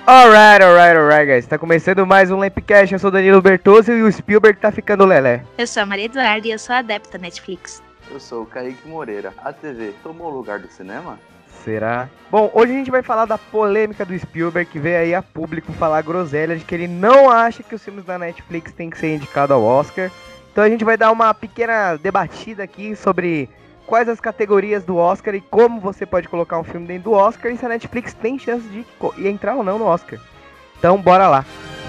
Alright, guys. Tá começando mais um Lampcast. Eu sou o Danilo Bertozzi e o Spielberg tá ficando lelé. Eu sou a Maria Eduarda e eu sou adepta Netflix. Eu sou o Kaique Moreira. A TV tomou o lugar do cinema? Será? Bom, hoje a gente vai falar da polêmica do Spielberg, que veio aí a público falar groselha de que ele não acha que os filmes da Netflix têm que ser indicados ao Oscar. Então a gente vai dar uma pequena debatida aqui sobre quais as categorias do Oscar e como você pode colocar um filme dentro do Oscar e se a Netflix tem chance de entrar ou não no Oscar. Então bora lá.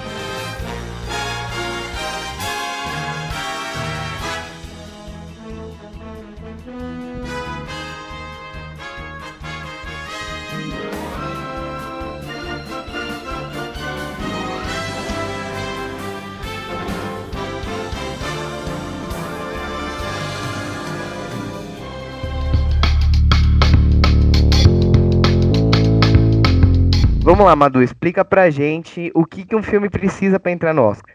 Vamos lá, Madu, explica pra gente o que um filme precisa pra entrar no Oscar.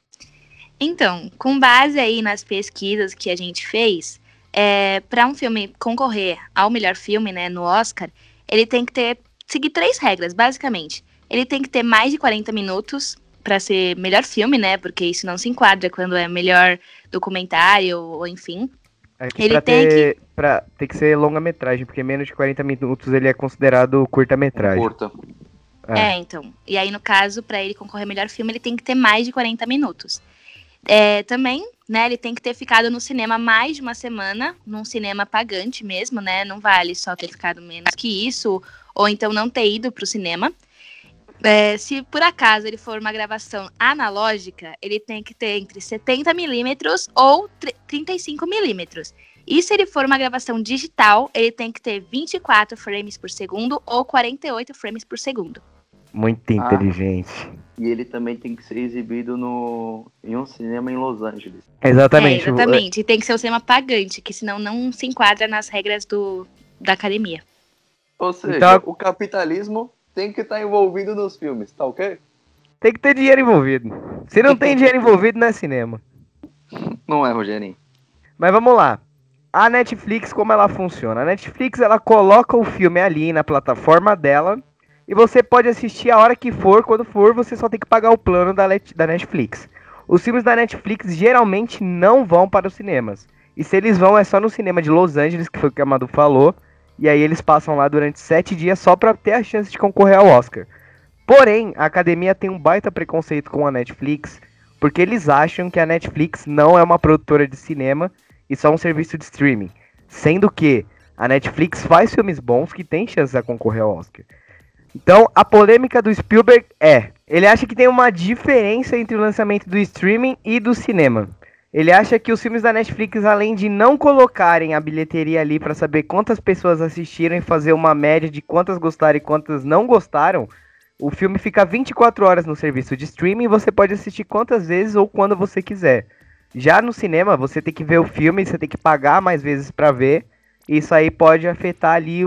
Então, com base aí nas pesquisas que a gente fez, para um filme concorrer ao melhor filme, né, no Oscar, ele tem que seguir 3 regras, basicamente. Ele tem que ter mais de 40 minutos para ser melhor filme, né, porque isso não se enquadra quando é melhor documentário ou enfim. Ele tem que ser longa-metragem, porque menos de 40 minutos ele é considerado curta-metragem. Curta. Então. E aí, no caso, para ele concorrer ao melhor filme, ele tem que ter mais de 40 minutos. Também, né, ele tem que ter ficado no cinema mais de uma semana, num cinema pagante mesmo, né? Não vale só ter ficado menos que isso, ou então não ter ido pro cinema. Se por acaso ele for uma gravação analógica, ele tem que ter entre 70mm ou 35mm. E se ele for uma gravação digital, ele tem que ter 24 frames por segundo ou 48 frames por segundo. Muito inteligente. E ele também tem que ser exibido em um cinema em Los Angeles. Exatamente. Exatamente. E tem que ser um cinema pagante, que senão não se enquadra nas regras da academia. Ou seja, então, o capitalismo tem que estar envolvido nos filmes, tá ok? Tem que ter dinheiro envolvido. Se não tem dinheiro envolvido, não é cinema. Não é, Rogerinho. Mas vamos lá. A Netflix, como ela funciona? A Netflix, ela coloca o filme ali na plataforma dela e você pode assistir a hora que for, quando for, você só tem que pagar o plano da Netflix. Os filmes da Netflix geralmente não vão para os cinemas. E se eles vão, é só no cinema de Los Angeles, que foi o que a Madu falou. E aí eles passam lá durante 7 dias só para ter a chance de concorrer ao Oscar. Porém, a academia tem um baita preconceito com a Netflix, porque eles acham que a Netflix não é uma produtora de cinema e só um serviço de streaming. Sendo que a Netflix faz filmes bons que tem chance de concorrer ao Oscar. Então, a polêmica do Spielberg ele acha que tem uma diferença entre o lançamento do streaming e do cinema. Ele acha que os filmes da Netflix, além de não colocarem a bilheteria ali para saber quantas pessoas assistiram e fazer uma média de quantas gostaram e quantas não gostaram, o filme fica 24 horas no serviço de streaming e você pode assistir quantas vezes ou quando você quiser. Já no cinema, você tem que ver o filme, você tem que pagar mais vezes para ver. Isso aí pode afetar ali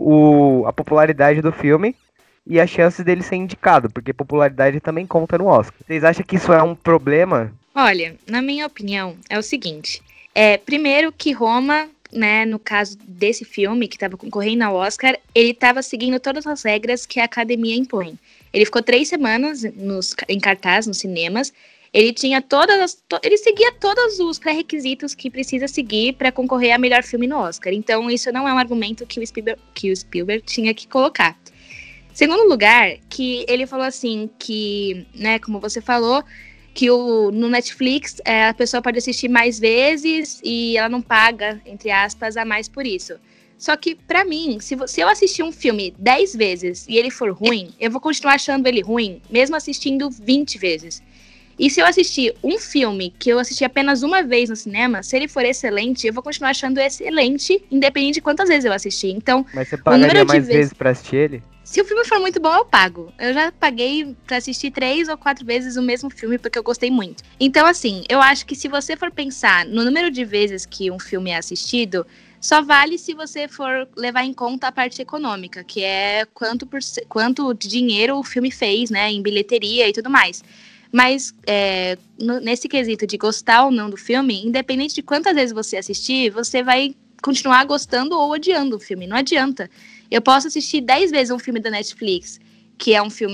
a popularidade do filme e as chances dele ser indicado, porque popularidade também conta no Oscar. Vocês acham que isso é um problema? Olha, na minha opinião, é o seguinte. Primeiro que Roma, né, no caso desse filme que estava concorrendo ao Oscar, ele estava seguindo todas as regras que a academia impõe. Ele ficou 3 semanas em cartaz nos cinemas. Ele tinha ele seguia todos os pré-requisitos que precisa seguir para concorrer a melhor filme no Oscar. Então, isso não é um argumento que o Spielberg tinha que colocar. Segundo lugar, que ele falou assim, que, né, como você falou, que no Netflix a pessoa pode assistir mais vezes e ela não paga, entre aspas, a mais por isso. Só que, pra mim, se eu assistir um filme 10 vezes e ele for ruim, eu vou continuar achando ele ruim, mesmo assistindo 20 vezes. E se eu assistir um filme que eu assisti apenas uma vez no cinema, se ele for excelente, eu vou continuar achando excelente, independente de quantas vezes eu assisti. Então, mas você pagaria mais vezes pra assistir ele? Se o filme for muito bom, eu pago. Eu já paguei pra assistir 3 ou 4 vezes o mesmo filme, porque eu gostei muito. Então, assim, eu acho que se você for pensar no número de vezes que um filme é assistido, só vale se você for levar em conta a parte econômica, que é quanto de dinheiro o filme fez, né, em bilheteria e tudo mais. Mas nesse quesito de gostar ou não do filme, independente de quantas vezes você assistir, você vai continuar gostando ou odiando o filme. Não adianta. Eu posso assistir 10 vezes um filme da Netflix, que é um filme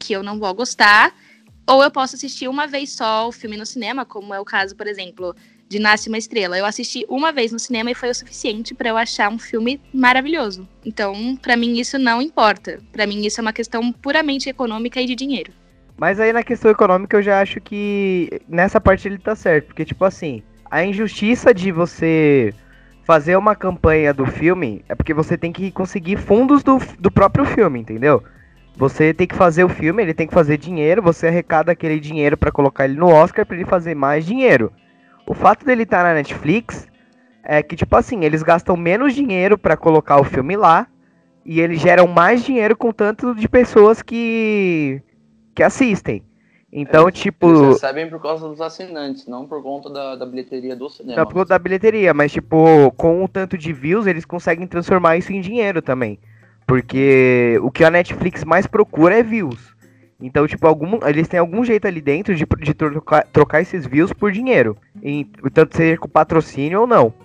que eu não vou gostar, ou eu posso assistir uma vez só o filme no cinema, como é o caso, por exemplo, de Nasce uma Estrela. Eu assisti uma vez no cinema e foi o suficiente para eu achar um filme maravilhoso. Então, para mim, isso não importa. Para mim, isso é uma questão puramente econômica e de dinheiro. Mas aí na questão econômica eu já acho que nessa parte ele tá certo. Porque, tipo assim, a injustiça de você fazer uma campanha do filme é porque você tem que conseguir fundos do próprio filme, entendeu? Você tem que fazer o filme, ele tem que fazer dinheiro, você arrecada aquele dinheiro pra colocar ele no Oscar pra ele fazer mais dinheiro. O fato dele estar na Netflix é que, tipo assim, eles gastam menos dinheiro pra colocar o filme lá e eles geram mais dinheiro com tanto de pessoas que assistem. Então, tipo... Eles recebem por causa dos assinantes, não por conta da bilheteria do cinema. Não por conta da bilheteria, mas, tipo, com o tanto de views, eles conseguem transformar isso em dinheiro também. Porque o que a Netflix mais procura é views. Então, tipo, eles têm algum jeito ali dentro de trocar esses views por dinheiro. Tanto seja com patrocínio ou não.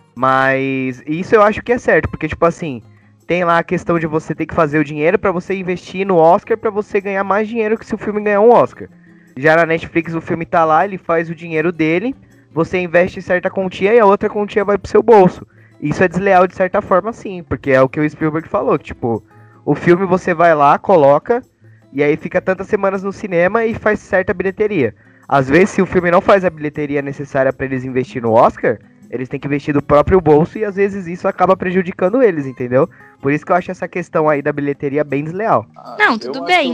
Mas isso eu acho que é certo, porque, tipo assim, tem lá a questão de você ter que fazer o dinheiro pra você investir no Oscar pra você ganhar mais dinheiro que se o filme ganhar um Oscar. Já na Netflix o filme tá lá, ele faz o dinheiro dele, você investe certa quantia e a outra quantia vai pro seu bolso. Isso é desleal de certa forma, sim, porque é o que o Spielberg falou, que, tipo, o filme você vai lá, coloca, e aí fica tantas semanas no cinema e faz certa bilheteria. Às vezes, se o filme não faz a bilheteria necessária pra eles investir no Oscar, eles têm que investir do próprio bolso e às vezes isso acaba prejudicando eles, entendeu? Por isso que eu acho essa questão aí da bilheteria bem desleal. Não, tudo bem,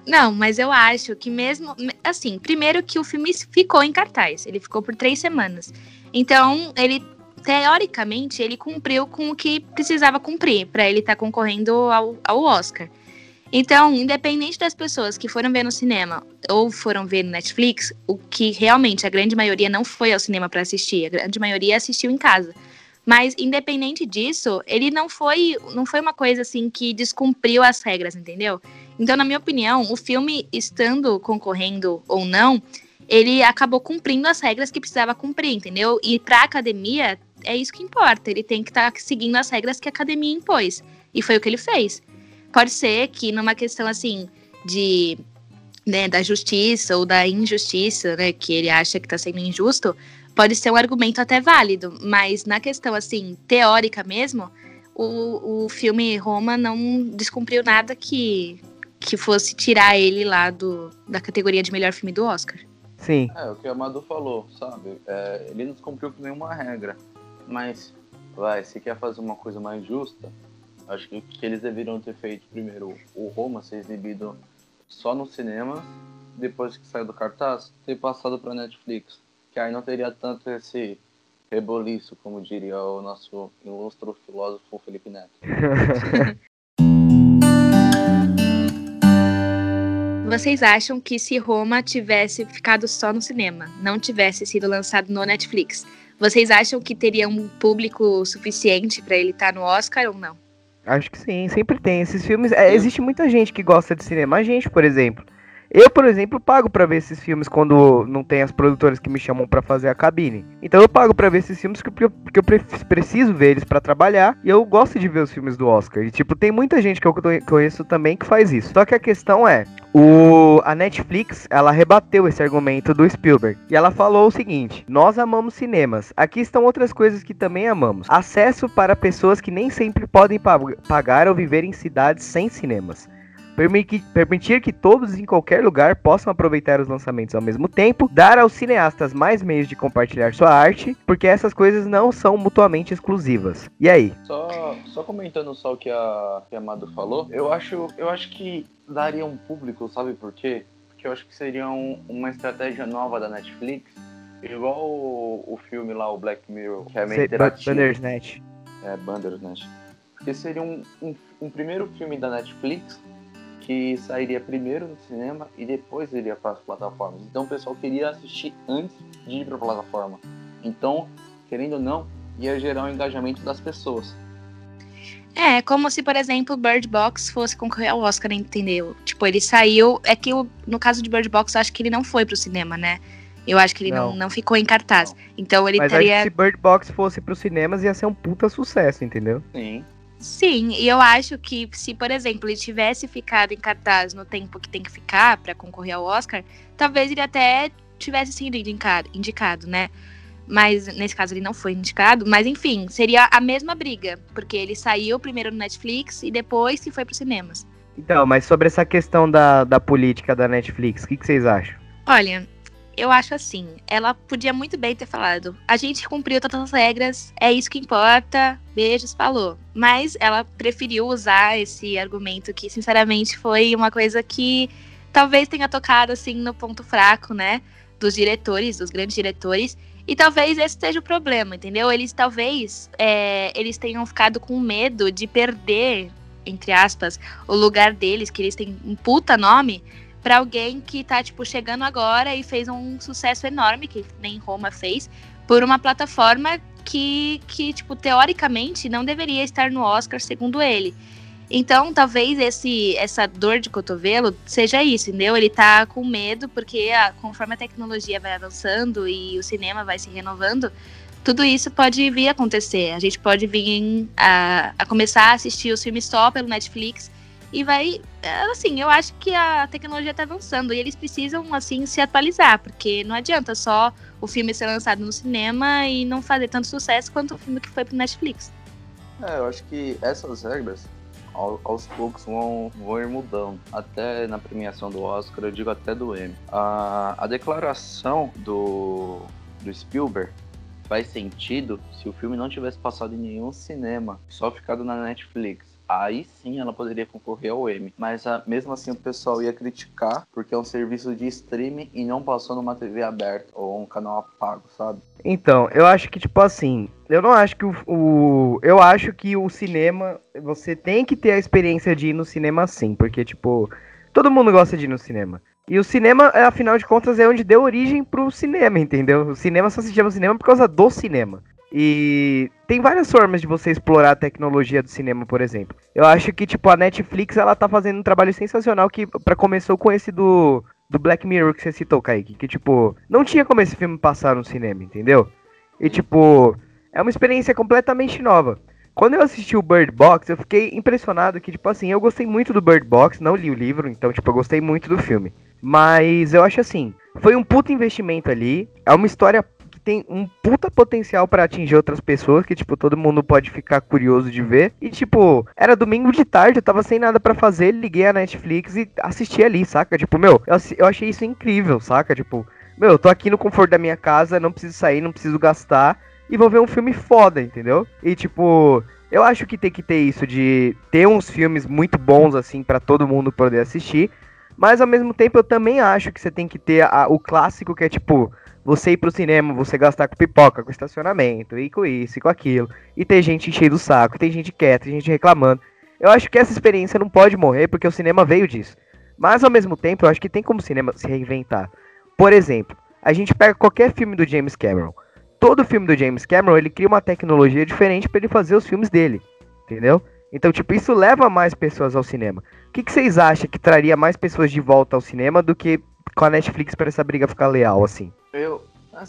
mas eu acho que mesmo, assim, primeiro que o filme ficou em cartaz, ele ficou por 3 semanas. Então, teoricamente, ele cumpriu com o que precisava cumprir para ele estar concorrendo ao Oscar. Então, independente das pessoas que foram ver no cinema ou foram ver no Netflix, o que realmente a grande maioria não foi ao cinema para assistir, a grande maioria assistiu em casa. Mas, independente disso, ele não foi uma coisa assim que descumpriu as regras, entendeu? Então, na minha opinião, o filme, estando concorrendo ou não, ele acabou cumprindo as regras que precisava cumprir, entendeu? E para a academia, é isso que importa. Ele tem que estar seguindo as regras que a academia impôs. E foi o que ele fez. Pode ser que numa questão assim de, né, da justiça ou da injustiça, né, que ele acha que está sendo injusto, pode ser um argumento até válido, mas na questão assim teórica mesmo, o filme Roma não descumpriu nada que fosse tirar ele lá da categoria de melhor filme do Oscar. Sim. É o que o Amado falou, sabe? Ele não descumpriu com nenhuma regra, mas se quer fazer uma coisa mais justa, acho que eles deveriam ter feito primeiro o Roma ser exibido só no cinema, depois que saiu do cartaz, ter passado para Netflix, que aí não teria tanto esse reboliço, como diria o nosso ilustre filósofo Felipe Neto. Vocês acham que se Roma tivesse ficado só no cinema, não tivesse sido lançado no Netflix, vocês acham que teria um público suficiente para ele estar no Oscar ou não? Acho que sim, sempre tem. Esses filmes. Existe muita gente que gosta de cinema. A gente, por exemplo. Eu, por exemplo, pago pra ver esses filmes quando não tem as produtoras que me chamam pra fazer a cabine. Então eu pago pra ver esses filmes porque eu preciso ver eles pra trabalhar. E eu gosto de ver os filmes do Oscar. E, tipo, tem muita gente que eu conheço também que faz isso. Só que a questão é... A Netflix, ela rebateu esse argumento do Spielberg. E ela falou o seguinte: nós amamos cinemas. Aqui estão outras coisas que também amamos. Acesso para pessoas que nem sempre podem pagar ou viver em cidades sem cinemas. Permitir que todos em qualquer lugar possam aproveitar os lançamentos ao mesmo tempo, dar aos cineastas mais meios de compartilhar sua arte, porque essas coisas não são mutuamente exclusivas. E aí? Só comentando só o que a Amado falou, eu acho que daria um público, sabe por quê? Porque eu acho que seria uma estratégia nova da Netflix, igual o filme lá, o Black Mirror, que é meio interativo. Bandersnatch. Bandersnatch. Porque seria um primeiro filme da Netflix que sairia primeiro no cinema e depois iria para as plataformas. Então o pessoal queria assistir antes de ir para a plataforma. Então, querendo ou não, ia gerar um engajamento das pessoas. É, como se, por exemplo, Bird Box fosse concorrer ao Oscar, entendeu? Tipo, ele saiu... É que no caso de Bird Box, eu acho que ele não foi pro cinema, né? Eu acho que ele não ficou em cartaz. Então ele Mas teria... acho que se Bird Box fosse pros cinemas, ia ser um puta sucesso, entendeu? Sim. Sim, e eu acho que se, por exemplo, ele tivesse ficado em cartaz no tempo que tem que ficar para concorrer ao Oscar, talvez ele até tivesse sido indicado, né? Mas nesse caso ele não foi indicado, mas enfim, seria a mesma briga, porque ele saiu primeiro no Netflix e depois se foi para os cinemas. Então, mas sobre essa questão da política da Netflix, o que vocês acham? Olha, eu acho assim, ela podia muito bem ter falado, a gente cumpriu todas as regras, é isso que importa, beijos, falou. Mas ela preferiu usar esse argumento que, sinceramente, foi uma coisa que talvez tenha tocado, assim, no ponto fraco, né, dos diretores, dos grandes diretores, e talvez esse seja o problema, entendeu? Eles talvez, eles tenham ficado com medo de perder, entre aspas, o lugar deles, que eles têm um puta nome, pra alguém que tá, tipo, chegando agora e fez um sucesso enorme, que nem Roma fez, por uma plataforma que tipo, teoricamente não deveria estar no Oscar, segundo ele. Então, talvez essa dor de cotovelo seja isso, entendeu? Ele tá com medo, porque conforme a tecnologia vai avançando e o cinema vai se renovando, tudo isso pode vir a acontecer. A gente pode vir a começar a assistir os filmes só pelo Netflix e vai, assim, eu acho que a tecnologia tá avançando e eles precisam, assim, se atualizar, porque não adianta só o filme ser lançado no cinema e não fazer tanto sucesso quanto o filme que foi pro Netflix. Eu acho que essas regras, aos poucos, vão ir mudando. Até na premiação do Oscar, eu digo até do Emmy. A declaração do Spielberg faz sentido se o filme não tivesse passado em nenhum cinema, só ficado na Netflix. Aí sim ela poderia concorrer ao Emmy. Mas mesmo assim o pessoal ia criticar, porque é um serviço de streaming e não passou numa TV aberta ou um canal pago, sabe? Então, eu acho que, tipo assim, eu não acho que eu acho que o cinema, você tem que ter a experiência de ir no cinema sim, porque, tipo, todo mundo gosta de ir no cinema. E o cinema, afinal de contas, é onde deu origem pro cinema, entendeu? O cinema só se chama cinema por causa do cinema. E tem várias formas de você explorar a tecnologia do cinema, por exemplo. Eu acho que, tipo, a Netflix, ela tá fazendo um trabalho sensacional que, começou com esse do Black Mirror que você citou, Kaique. Que, tipo, não tinha como esse filme passar no cinema, entendeu? E, tipo, é uma experiência completamente nova. Quando eu assisti o Bird Box, eu fiquei impressionado que, tipo assim, eu gostei muito do Bird Box, não li o livro, então, tipo, eu gostei muito do filme. Mas eu acho assim, foi um puta investimento ali, é uma história que tem um puta potencial pra atingir outras pessoas, que, tipo, todo mundo pode ficar curioso de ver. E, tipo, era domingo de tarde, eu tava sem nada pra fazer, liguei a Netflix e assisti ali, saca? Tipo, meu, eu achei isso incrível, saca? Tipo, meu, eu tô aqui no conforto da minha casa, não preciso sair, não preciso gastar, e vou ver um filme foda, entendeu? E, tipo, eu acho que tem que ter isso de ter uns filmes muito bons, assim, pra todo mundo poder assistir. Mas, ao mesmo tempo, eu também acho que você tem que ter o clássico, que é, tipo, você ir pro cinema, você gastar com pipoca, com estacionamento, e com isso, e com aquilo. E ter gente enchendo o saco, tem gente quieta, tem gente reclamando. Eu acho que essa experiência não pode morrer, porque o cinema veio disso. Mas, ao mesmo tempo, eu acho que tem como o cinema se reinventar. Por exemplo, a gente pega qualquer filme do James Cameron. Todo filme do James Cameron, ele cria uma tecnologia diferente pra ele fazer os filmes dele, entendeu? Então, tipo, isso leva mais pessoas ao cinema. O que vocês acham que traria mais pessoas de volta ao cinema do que com a Netflix para essa briga ficar leal, assim? Eu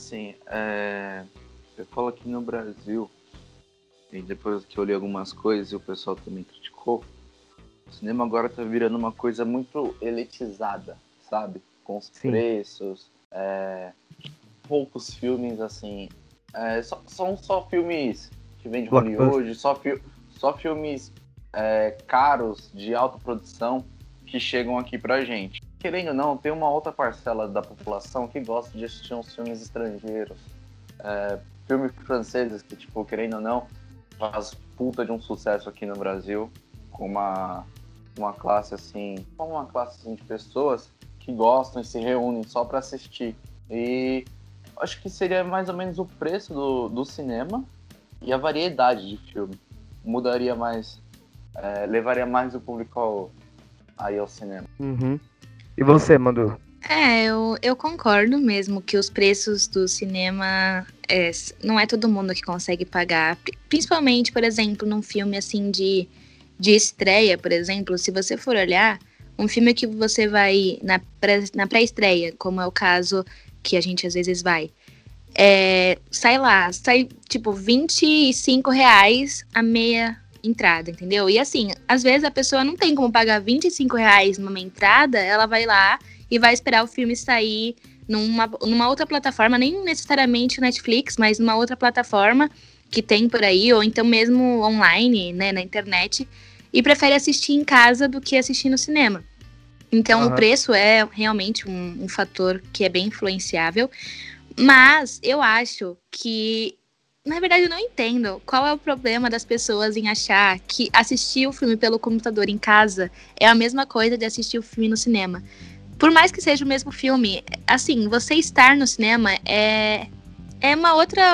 falo aqui no Brasil, e depois que eu li algumas coisas e o pessoal também criticou, o cinema agora tá virando uma coisa muito elitizada, sabe? Com os preços, poucos filmes, assim, são só filmes que vêm de Hollywood, só filmes caros, de alta produção, que chegam aqui pra gente. Querendo ou não, tem uma outra parcela da população que gosta de assistir uns filmes estrangeiros. Filmes franceses que, tipo, querendo ou não, faz puta de um sucesso aqui no Brasil, com uma classe assim, de pessoas que gostam e se reúnem só pra assistir. E acho que seria mais ou menos o preço do cinema e a variedade de filme. Mudaria mais, levaria mais o público aí ao cinema. Uhum. E você, Mandu? Eu concordo mesmo que os preços do cinema não é todo mundo que consegue pagar. Principalmente, por exemplo, num filme assim de estreia, por exemplo, se você for olhar, um filme que você vai na pré-estreia, como é o caso que a gente às vezes vai, sai tipo R$25 a meia entrada, entendeu? E assim, às vezes a pessoa não tem como pagar R$ 25 numa entrada, ela vai lá e vai esperar o filme sair numa outra plataforma, nem necessariamente Netflix, mas numa outra plataforma que tem por aí, ou então mesmo online, né, na internet, e prefere assistir em casa do que assistir no cinema. Então, o preço é realmente um fator que é bem influenciável, mas eu acho que, na verdade, eu não entendo qual é o problema das pessoas em achar que assistir o filme pelo computador em casa é a mesma coisa de assistir o filme no cinema. Por mais que seja o mesmo filme, assim, você estar no cinema é uma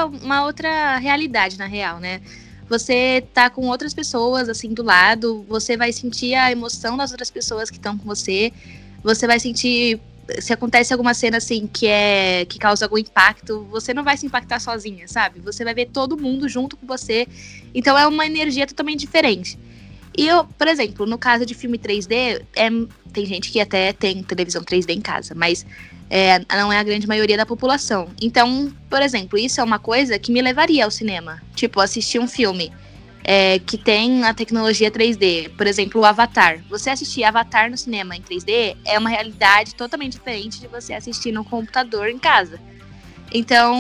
outra realidade, na real, né? Você tá com outras pessoas, assim, do lado, você vai sentir a emoção das outras pessoas que estão com você, você vai sentir, se acontece alguma cena, assim, que causa algum impacto, você não vai se impactar sozinha, sabe? Você vai ver todo mundo junto com você, então é uma energia totalmente diferente. E eu, por exemplo, no caso de filme 3D, tem gente que até tem televisão 3D em casa, mas não é a grande maioria da população. Então, por exemplo, isso é uma coisa que me levaria ao cinema. Tipo, assistir um filme que tem a tecnologia 3D. Por exemplo, o Avatar. Você assistir Avatar no cinema em 3D é uma realidade totalmente diferente de você assistir no computador em casa. Então,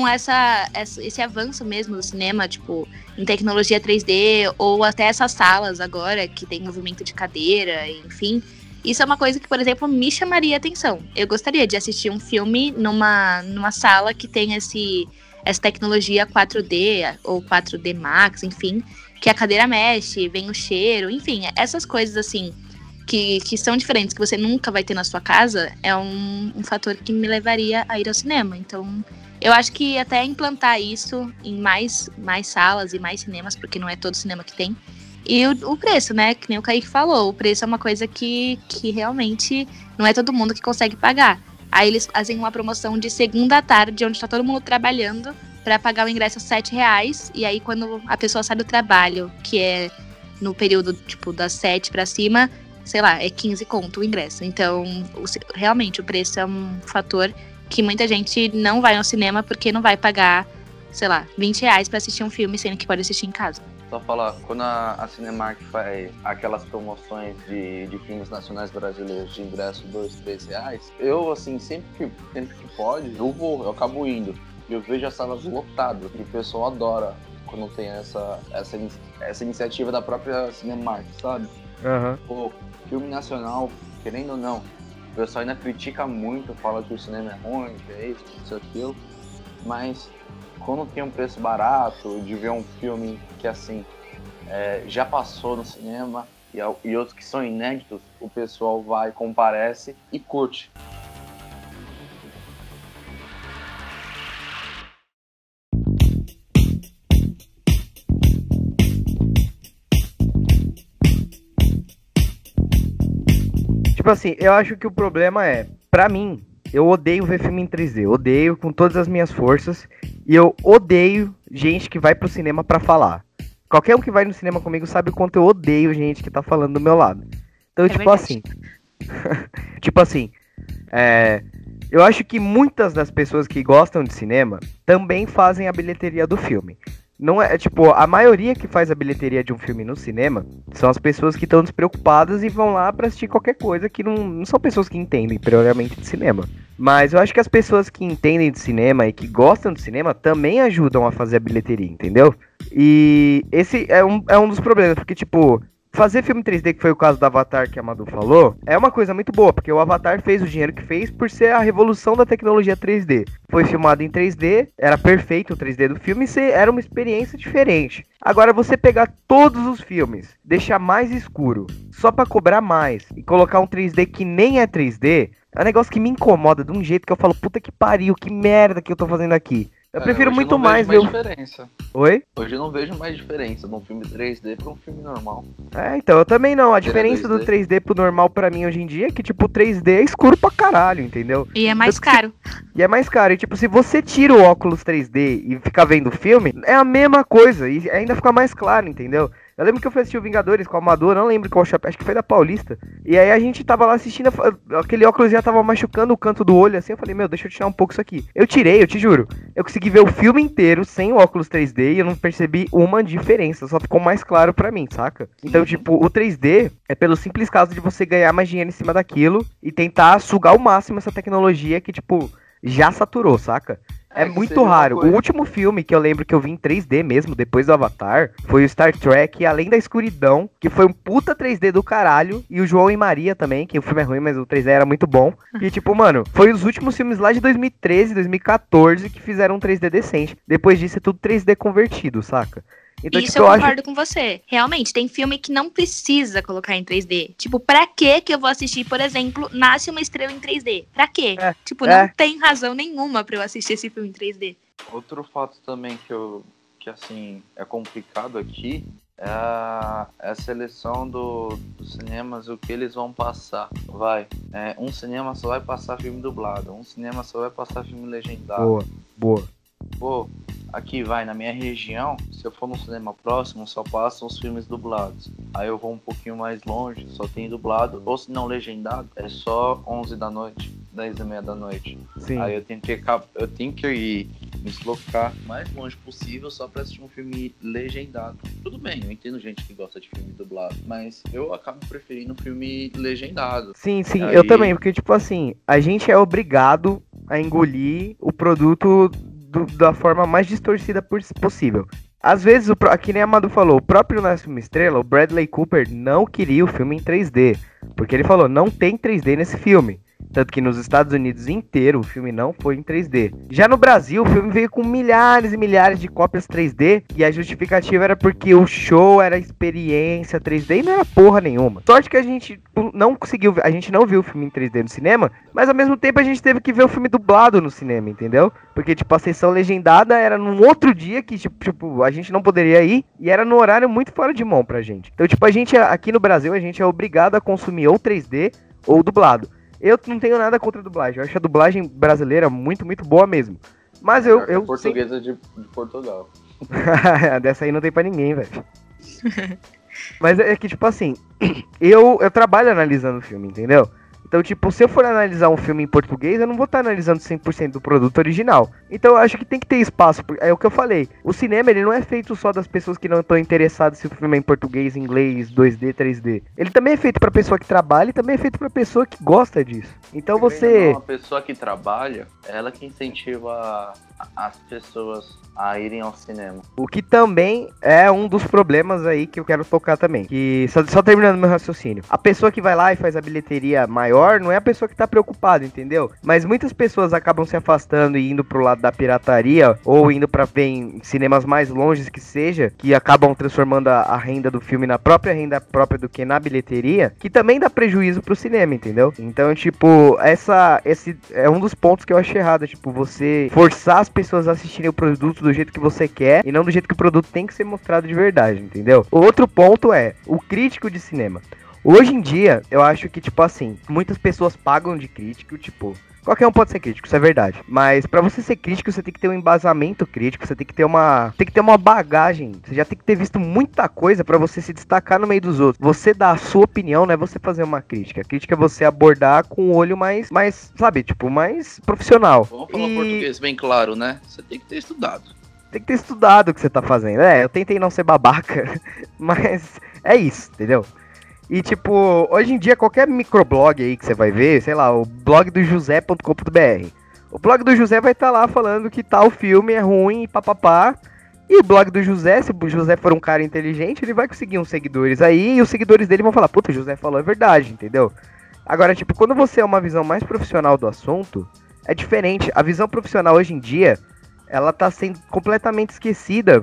esse avanço mesmo do cinema, tipo, em tecnologia 3D, ou até essas salas agora, que tem movimento de cadeira, enfim, isso é uma coisa que, por exemplo, me chamaria atenção. Eu gostaria de assistir um filme numa sala que tem essa tecnologia 4D, ou 4D Max, enfim, que a cadeira mexe, vem o cheiro, enfim, essas coisas, assim, que são diferentes, que você nunca vai ter na sua casa, é um fator que me levaria a ir ao cinema. Então, eu acho que até implantar isso em mais salas e mais cinemas, porque não é todo cinema que tem. E o preço, né? Que nem o Kaique falou, o preço é uma coisa que realmente não é todo mundo que consegue pagar. Aí eles fazem uma promoção de segunda à tarde, onde tá todo mundo trabalhando, para pagar o ingresso R$7. E aí quando a pessoa sai do trabalho, que é no período tipo das 7 para cima, sei lá, é 15 conto o ingresso. Então, realmente, o preço é um fator que muita gente não vai ao cinema porque não vai pagar, sei lá, R$20 pra assistir um filme, sendo que pode assistir em casa. Só falar, quando a Cinemark faz aquelas promoções de filmes nacionais brasileiros de ingresso R$2, R$3, eu, assim, sempre que pode, eu acabo indo. Eu vejo as salas lotadas, e o pessoal adora quando tem essa iniciativa da própria Cinemark, sabe? Pô, filme nacional, querendo ou não, o pessoal ainda critica muito, fala que o cinema é ruim, que é isso, que isso, aquilo, mas quando tem um preço barato, de ver um filme que, assim, já passou no cinema e outros que são inéditos, o pessoal vai, comparece e curte. Tipo assim, eu acho que o problema pra mim, eu odeio ver filme em 3D, odeio com todas as minhas forças, e eu odeio gente que vai pro cinema pra falar. Qualquer um que vai no cinema comigo sabe o quanto eu odeio gente que tá falando do meu lado. Então, tipo verdade. assim, eu acho que muitas das pessoas que gostam de cinema também fazem a bilheteria do filme. Não é, tipo, a maioria que faz a bilheteria de um filme no cinema são as pessoas que estão despreocupadas e vão lá pra assistir qualquer coisa, que não são pessoas que entendem prioriamente de cinema. Mas eu acho que as pessoas que entendem de cinema e que gostam de cinema também ajudam a fazer a bilheteria, entendeu? E esse é um dos problemas, porque, tipo, fazer filme 3D, que foi o caso do Avatar que a Madu falou, é uma coisa muito boa, porque o Avatar fez o dinheiro que fez por ser a revolução da tecnologia 3D. Foi filmado em 3D, era perfeito o 3D do filme e era uma experiência diferente. Agora, você pegar todos os filmes, deixar mais escuro, só pra cobrar mais, e colocar um 3D que nem é 3D, é um negócio que me incomoda de um jeito que eu falo, puta que pariu, que merda que eu tô fazendo aqui. Eu prefiro muito mais ver. Diferença. Oi? Hoje eu não vejo mais diferença de um filme 3D pra um filme normal. Então, eu também não. A diferença do 3D pro normal pra mim hoje em dia é que, tipo, o 3D é escuro pra caralho, entendeu? E é mais caro. E é mais caro. E, tipo, se você tira o óculos 3D e fica vendo o filme, é a mesma coisa. E ainda fica mais claro, entendeu? Eu lembro que eu fui assistir o Vingadores com a Amador, não lembro qual chapéu, acho que foi da Paulista. E aí a gente tava lá assistindo, aquele óculos já tava machucando o canto do olho, assim, eu falei, meu, deixa eu tirar um pouco isso aqui. Eu tirei, eu te juro. Eu consegui ver o filme inteiro sem o óculos 3D e eu não percebi uma diferença, só ficou mais claro pra mim, saca? Então, tipo, o 3D é pelo simples caso de você ganhar mais dinheiro em cima daquilo e tentar sugar ao máximo essa tecnologia que, tipo, já saturou, saca? É muito raro. O último filme que eu lembro que eu vi em 3D mesmo, depois do Avatar, foi o Star Trek Além da Escuridão, que foi um puta 3D do caralho. E o João e Maria também, que o filme é ruim, mas o 3D era muito bom. E tipo, mano, foi os últimos filmes lá de 2013, 2014 que fizeram um 3D decente. Depois disso é tudo 3D convertido, saca? Então, isso tipo, eu concordo com você. Realmente, tem filme que não precisa colocar em 3D. Tipo, pra que eu vou assistir, por exemplo, Nasce uma Estrela em 3D? Pra quê? Não tem razão nenhuma pra eu assistir esse filme em 3D. Outro fato também que assim, é complicado aqui é a seleção dos cinemas, o que eles vão passar. Um cinema só vai passar filme dublado, um cinema só vai passar filme legendado. Boa. Pô, aqui na minha região, se eu for num cinema próximo, só passam os filmes dublados. Aí eu vou um pouquinho mais longe, só tem dublado, ou se não legendado, é só 11 da noite, 10h30 da noite. Sim. Aí eu tenho que ir me deslocar o mais longe possível só pra assistir um filme legendado. Tudo bem, eu entendo gente que gosta de filme dublado, mas eu acabo preferindo filme legendado. Sim, aí... eu também, porque tipo assim, a gente é obrigado a engolir o produto da forma mais distorcida possível. Às vezes, aqui nem a Amado falou, o próprio Nasce uma Estrela, o Bradley Cooper, não queria o filme em 3D. Porque ele falou, não tem 3D nesse filme. Tanto que nos Estados Unidos inteiro o filme não foi em 3D. Já no Brasil, o filme veio com milhares e milhares de cópias 3D. E a justificativa era porque o show era experiência 3D e não era porra nenhuma. Sorte que a gente não conseguiu, a gente não viu o filme em 3D no cinema. Mas ao mesmo tempo a gente teve que ver o filme dublado no cinema, entendeu? Porque tipo, a sessão legendada era num outro dia que tipo, a gente não poderia ir. E era num horário muito fora de mão pra gente. Então tipo, a gente aqui no Brasil, a gente é obrigado a consumir ou 3D ou dublado. Eu não tenho nada contra a dublagem. Eu acho a dublagem brasileira muito, muito boa mesmo. Mas eu portuguesa de Portugal. Dessa aí não tem pra ninguém, velho. Mas é que, tipo assim, eu trabalho analisando o filme, entendeu? Então, tipo, se eu for analisar um filme em português, eu não vou estar analisando 100% do produto original. Então, eu acho que tem que ter espaço. É o que eu falei. O cinema, ele não é feito só das pessoas que não estão interessadas se o filme é em português, inglês, 2D, 3D. Ele também é feito pra pessoa que trabalha e também é feito pra pessoa que gosta disso. Então, você... Uma pessoa que trabalha, ela que incentiva as pessoas a irem ao cinema. O que também é um dos problemas aí que eu quero tocar também. Que só terminando meu raciocínio. A pessoa que vai lá e faz a bilheteria maior não é a pessoa que tá preocupada, entendeu? Mas muitas pessoas acabam se afastando e indo pro lado da pirataria ou indo pra ver em cinemas mais longes que seja, que acabam transformando a renda do filme na própria renda própria do que na bilheteria, que também dá prejuízo pro cinema, entendeu? Então, tipo, esse é um dos pontos que eu acho errado, tipo, você forçar as pessoas a assistirem o produto do jeito que você quer e não do jeito que o produto tem que ser mostrado de verdade, entendeu? Outro ponto é o crítico de cinema. Hoje em dia, eu acho que, tipo assim, muitas pessoas pagam de crítico, tipo... Qualquer um pode ser crítico, isso é verdade. Mas pra você ser crítico, você tem que ter um embasamento crítico, você tem que ter uma bagagem. Você já tem que ter visto muita coisa pra você se destacar no meio dos outros. Você dar a sua opinião, não é você fazer uma crítica. A crítica é você abordar com o olho mais sabe, tipo, mais profissional. Vamos falar português bem claro, né? Você tem que ter estudado. Tem que ter estudado o que você tá fazendo. Eu tentei não ser babaca, mas é isso, entendeu? E tipo, hoje em dia qualquer microblog aí que você vai ver, sei lá, o blog do José.com.br. O blog do José vai estar lá falando que tal filme é ruim e papapá. E o blog do José, se o José for um cara inteligente, ele vai conseguir uns seguidores aí. E os seguidores dele vão falar, puta, o José falou a verdade, entendeu? Agora, tipo, quando você é uma visão mais profissional do assunto, é diferente. A visão profissional hoje em dia, ela tá sendo completamente esquecida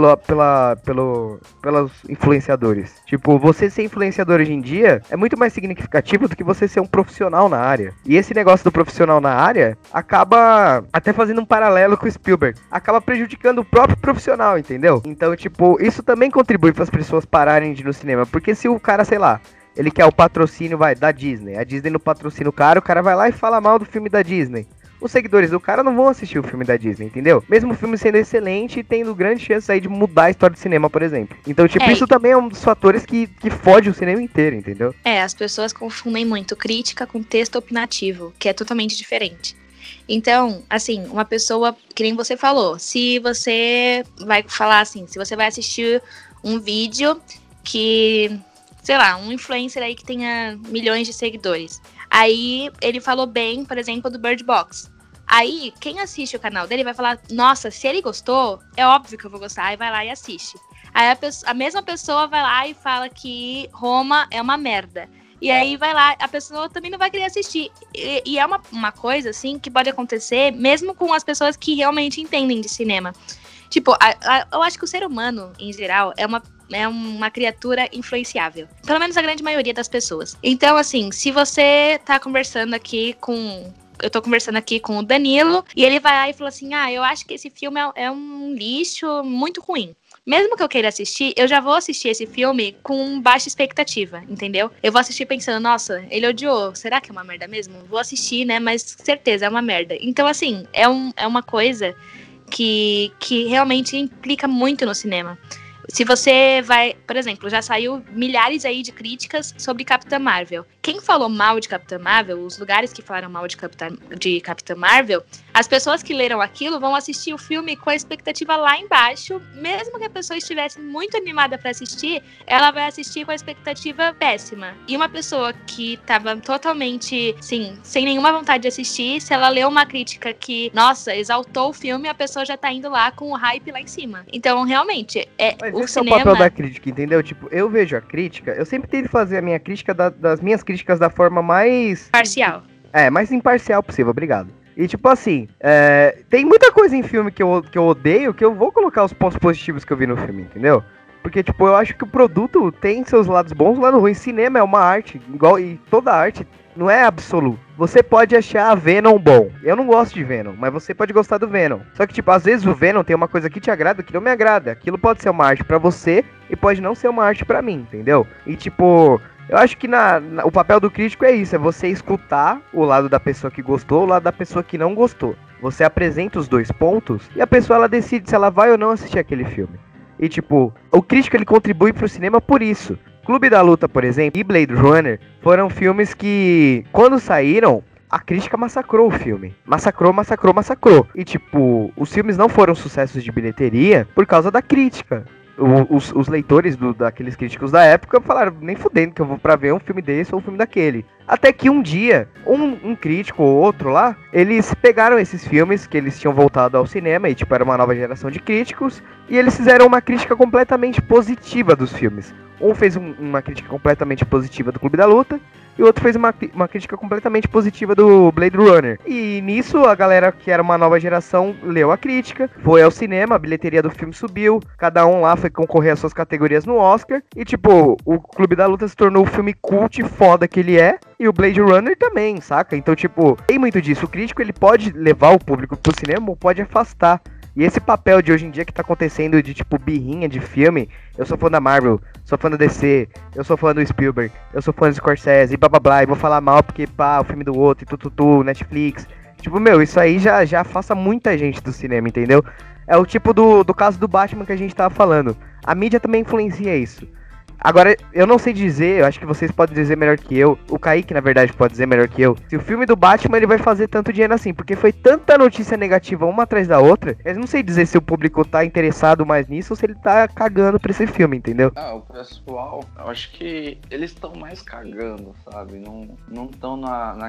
pelos influenciadores. Tipo, você ser influenciador hoje em dia é muito mais significativo do que você ser um profissional na área. E esse negócio do profissional na área acaba até fazendo um paralelo com o Spielberg. Acaba prejudicando o próprio profissional, entendeu? Então, tipo, isso também contribui para as pessoas pararem de ir no cinema. Porque se o cara, sei lá, ele quer o patrocínio, da Disney. A Disney não patrocina o cara vai lá e fala mal do filme da Disney. os seguidores do cara não vão assistir o filme da Disney, entendeu? Mesmo o filme sendo excelente e tendo grande chance aí de mudar a história do cinema, por exemplo. Então, tipo, isso também é um dos fatores que fode o cinema inteiro, entendeu? As pessoas confundem muito crítica com texto opinativo, que é totalmente diferente. Então, assim, uma pessoa, que nem você falou, se você vai falar assim, se você vai assistir um vídeo que, sei lá, um influencer aí que tenha milhões de seguidores, aí ele falou bem, por exemplo, do Bird Box. Aí, quem assiste o canal dele vai falar, nossa, se ele gostou, é óbvio que eu vou gostar, aí vai lá e assiste. Aí a mesma pessoa vai lá e fala que Roma é uma merda. E aí vai lá, a pessoa também não vai querer assistir. E é uma coisa, assim, que pode acontecer mesmo com as pessoas que realmente entendem de cinema. Tipo, eu acho que o ser humano, em geral, é uma criatura influenciável. Pelo menos a grande maioria das pessoas. Então, assim, se você tá conversando aqui com... Eu tô conversando aqui com o Danilo, e ele vai lá e fala assim, eu acho que esse filme é um lixo muito ruim. Mesmo que eu queira assistir, eu já vou assistir esse filme com baixa expectativa, entendeu? Eu vou assistir pensando, nossa, ele odiou, será que é uma merda mesmo? Vou assistir, né, mas certeza, é uma merda. Então, assim, é uma coisa que realmente implica muito no cinema. Se você vai, por exemplo, já saiu milhares aí de críticas sobre Capitã Marvel. Quem falou mal de Capitã Marvel, os lugares que falaram mal de Capitã Marvel, as pessoas que leram aquilo vão assistir o filme com a expectativa lá embaixo. Mesmo que a pessoa estivesse muito animada para assistir, ela vai assistir com a expectativa péssima. E uma pessoa que estava totalmente, sim, sem nenhuma vontade de assistir, se ela leu uma crítica que, nossa, exaltou o filme, a pessoa já tá indo lá com o hype lá em cima. Então, realmente, Mas esse é o papel da crítica, entendeu? Tipo, eu vejo a crítica, eu sempre tento fazer a minha crítica das minhas críticas da forma mais... Parcial. Mais imparcial possível, obrigado. E tipo assim, tem muita coisa em filme que eu odeio, que eu vou colocar os pontos positivos que eu vi no filme, entendeu? Porque, tipo, eu acho que o produto tem seus lados bons e lados ruins. Cinema é uma arte, igual, e toda arte não é absoluto. Você pode achar a Venom bom. Eu não gosto de Venom, mas você pode gostar do Venom. Só que, tipo, às vezes o Venom tem uma coisa que te agrada que não me agrada. Aquilo pode ser uma arte pra você e pode não ser uma arte pra mim, entendeu? E, tipo, eu acho que o papel do crítico é isso, é você escutar o lado da pessoa que gostou, o lado da pessoa que não gostou. Você apresenta os dois pontos e a pessoa, ela decide se ela vai ou não assistir aquele filme. E, tipo, o crítico, ele contribui pro cinema por isso. Clube da Luta, por exemplo, e Blade Runner foram filmes que, quando saíram, a crítica massacrou o filme. Massacrou. E, tipo, os filmes não foram sucessos de bilheteria por causa da crítica. Os leitores daqueles críticos da época falaram, nem fudendo que eu vou pra ver um filme desse ou um filme daquele. Até que um dia, um crítico ou outro lá, eles pegaram esses filmes que eles tinham voltado ao cinema, e tipo, era uma nova geração de críticos, e eles fizeram uma crítica completamente positiva dos filmes. Um fez uma crítica completamente positiva do Clube da Luta, e o outro fez uma crítica completamente positiva do Blade Runner. E nisso, a galera que era uma nova geração leu a crítica, foi ao cinema, a bilheteria do filme subiu, cada um lá foi concorrer às suas categorias no Oscar, e tipo, o Clube da Luta se tornou o filme cult foda que ele é, e o Blade Runner também, saca? Então, tipo, tem muito disso. O crítico, ele pode levar o público pro cinema ou pode afastar. E esse papel de hoje em dia que tá acontecendo de, tipo, birrinha de filme, eu sou fã da Marvel, sou fã da DC, eu sou fã do Spielberg, eu sou fã do Scorsese, e blá blá blá, e vou falar mal porque, pá, o filme do outro, e tututu, Netflix. Tipo, meu, isso aí já afasta muita gente do cinema, entendeu? É o tipo do caso do Batman que a gente tava falando. A mídia também influencia isso. Agora, eu não sei dizer, eu acho que vocês podem dizer melhor que eu, o Kaique, na verdade, pode dizer melhor que eu, se o filme do Batman, ele vai fazer tanto dinheiro assim, porque foi tanta notícia negativa uma atrás da outra, eu não sei dizer se o público tá interessado mais nisso ou se ele tá cagando pra esse filme, entendeu? O pessoal, eu acho que eles estão mais cagando, sabe? Não estão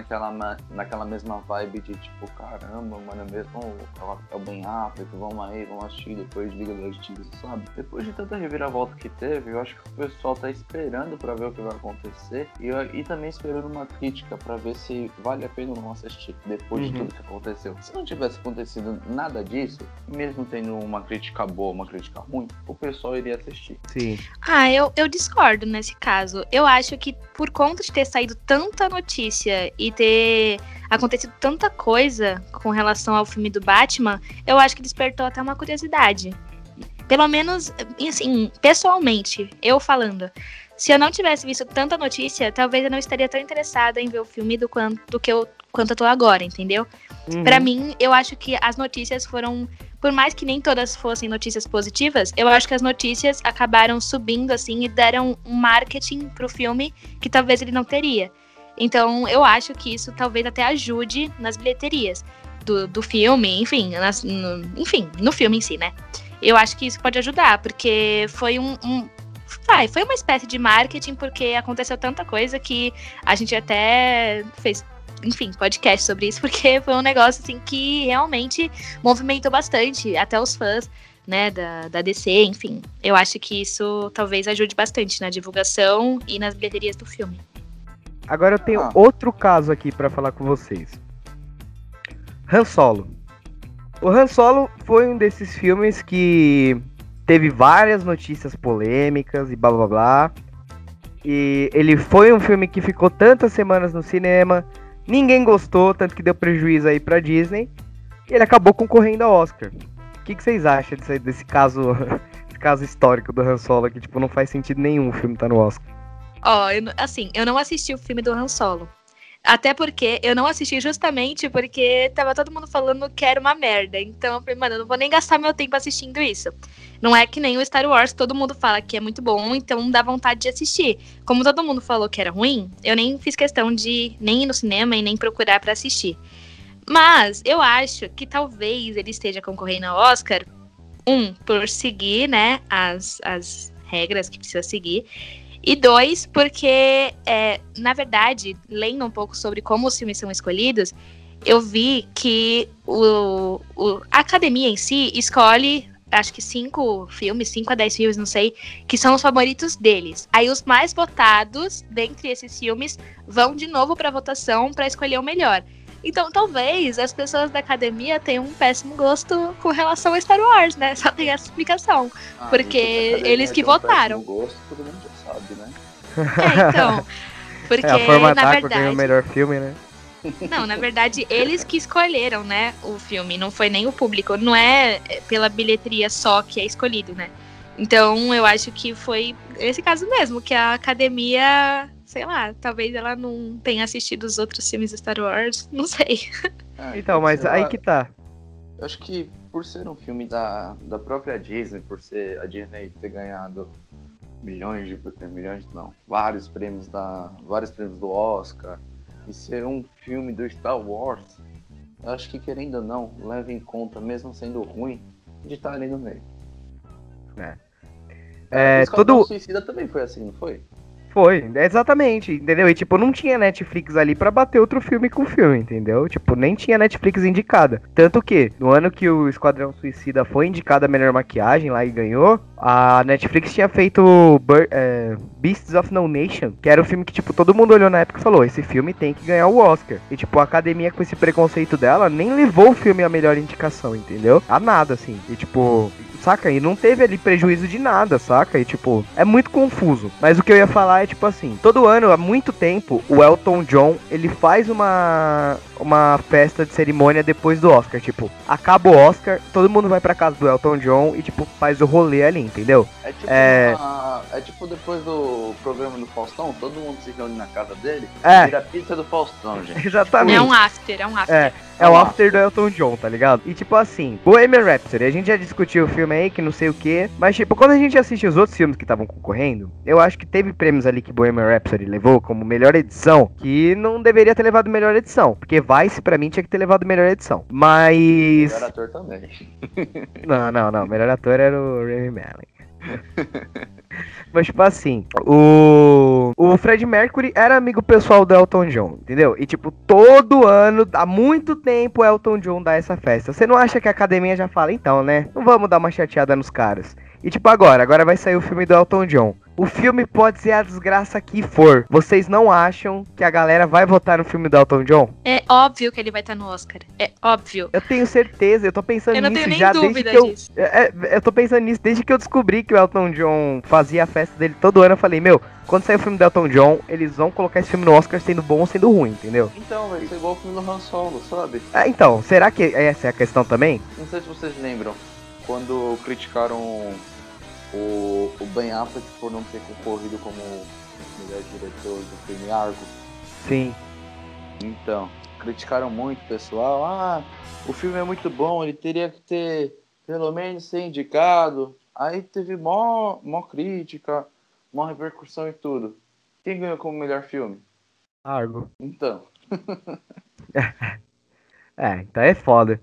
naquela mesma vibe de tipo, caramba, mano, mesmo é o Ben Affleck, vamos aí, vamos assistir depois de Liga da Justiça, sabe? Depois de tanta reviravolta que teve, eu acho que o pessoal tá esperando pra ver o que vai acontecer e também esperando uma crítica pra ver se vale a pena ou não assistir depois de tudo que aconteceu. Se não tivesse acontecido nada disso, mesmo tendo uma crítica boa, uma crítica ruim, o pessoal iria assistir. Sim. Eu discordo nesse caso. Eu acho que por conta de ter saído tanta notícia e ter acontecido tanta coisa com relação ao filme do Batman, eu acho que despertou até uma curiosidade. Pelo menos, assim, pessoalmente, eu falando, Se eu não tivesse visto tanta notícia, talvez eu não estaria tão interessada em ver o filme quanto eu tô agora, entendeu? Pra mim, eu acho que as notícias foram, por mais que nem todas fossem notícias positivas, eu acho que as notícias acabaram subindo, assim, e deram um marketing pro filme que talvez ele não teria. Então, eu acho que isso talvez até ajude nas bilheterias do filme, enfim, no filme em si, né? Eu acho que isso pode ajudar, porque foi foi uma espécie de marketing, porque aconteceu tanta coisa que a gente até fez, enfim, podcast sobre isso, porque foi um negócio assim que realmente movimentou bastante, até os fãs, né, da DC, enfim. Eu acho que isso talvez ajude bastante na divulgação e nas bilheterias do filme. Agora eu tenho outro caso aqui pra falar com vocês. Han Solo. O Han Solo foi um desses filmes que teve várias notícias polêmicas e blá blá blá. E ele foi um filme que ficou tantas semanas no cinema, ninguém gostou, tanto que deu prejuízo aí pra Disney. E ele acabou concorrendo ao Oscar. O que vocês acham desse caso, esse caso histórico do Han Solo, que tipo, não faz sentido nenhum o filme tá no Oscar? Eu não assisti o filme do Han Solo. Até porque eu não assisti justamente porque tava todo mundo falando que era uma merda. Então eu falei, mano, eu não vou nem gastar meu tempo assistindo isso. Não é que nem o Star Wars, todo mundo fala que é muito bom, então dá vontade de assistir. Como todo mundo falou que era ruim, eu nem fiz questão de nem ir no cinema e nem procurar pra assistir. Mas eu acho que talvez ele esteja concorrendo ao Oscar, por seguir, né, as regras que precisa seguir. E 2, porque, na verdade, lendo um pouco sobre como os filmes são escolhidos, eu vi que a academia em si escolhe, acho que 5 a 10 filmes, não sei, que são os favoritos deles. Aí os mais votados, dentre esses filmes, vão de novo para votação para escolher o melhor. Então, talvez as pessoas da academia tenham um péssimo gosto com relação a Star Wars, né? Só tem essa explicação. Porque eles que votaram. Gosto, todo mundo já sabe, né? Então. Porque, a forma na d'água verdade, ganhou o melhor filme, né? Não, na verdade, eles que escolheram, né, o filme. Não foi nem o público. Não é pela bilheteria só que é escolhido, né? Então, eu acho que foi esse caso mesmo, que a academia, sei lá, talvez ela não tenha assistido os outros filmes de Star Wars, não sei. Então, mas aí que tá. Eu acho que por ser um filme da própria Disney, por ser a Disney ter ganhado vários prêmios do Oscar, e ser um filme do Star Wars, eu acho que, querendo ou não, leva em conta, mesmo sendo ruim, de estar ali no meio. Todo Suicida também foi assim, não foi? Foi, exatamente, entendeu? E tipo, não tinha Netflix ali pra bater outro filme com filme, entendeu? Tipo, nem tinha Netflix indicada. Tanto que, no ano que o Esquadrão Suicida foi indicado a melhor maquiagem lá e ganhou, a Netflix tinha feito Beasts of No Nation, que era um filme que, tipo, todo mundo olhou na época e falou, esse filme tem que ganhar o Oscar. E, tipo, a academia, com esse preconceito dela, nem levou o filme a melhor indicação, entendeu? A nada, assim. E, tipo, saca? E não teve ali prejuízo de nada, saca? E, tipo, é muito confuso. Mas o que eu ia falar é, tipo assim, todo ano, há muito tempo, o Elton John, ele faz uma festa de cerimônia depois do Oscar. Tipo, acaba o Oscar, todo mundo vai pra casa do Elton John e, tipo, faz o rolê ali, entendeu? É tipo depois do programa do Faustão, todo mundo se reúne na casa dele, vira a pizza do Faustão, gente. Exatamente. É um after. É o after do Elton John, tá ligado? E tipo assim, Bohemian Rhapsody, a gente já discutiu o filme aí, que não sei o que, mas tipo, quando a gente assiste os outros filmes que estavam concorrendo, eu acho que teve prêmios ali que Bohemian Rhapsody levou como melhor edição, que não deveria ter levado melhor edição, porque Vice pra mim tinha que ter levado melhor edição. Mas... Melhor ator também. Não, melhor ator era o Rami Malek. Mas tipo assim, o Fred Mercury era amigo pessoal do Elton John, entendeu? E tipo, todo ano, há muito tempo, o Elton John dá essa festa. Você não acha que a academia já fala, então, né? Não vamos dar uma chateada nos caras. E tipo, agora vai sair o filme do Elton John. O filme pode ser a desgraça que for. Vocês não acham que a galera vai votar no filme do Elton John? É óbvio que ele vai estar no Oscar. É óbvio. Eu tenho certeza, eu tô pensando nisso já. Eu não tenho já nem desde dúvida que disso. eu tô pensando nisso desde que eu descobri que o Elton John fazia a festa dele todo ano. Eu falei, meu, quando sair o filme do Elton John, eles vão colocar esse filme no Oscar sendo bom ou sendo ruim, entendeu? Então, vai ser igual o filme do Han Solo, sabe? Então, será que essa é a questão também? Não sei se vocês lembram, quando criticaram o Ben Affleck por não ter concorrido como melhor diretor do filme Argo. Sim. Então, criticaram muito o pessoal. Ah, o filme é muito bom, ele teria que ter pelo menos ser indicado. Aí teve mó crítica, mó repercussão e tudo. Quem ganhou como melhor filme? Argo. Então. Então é foda.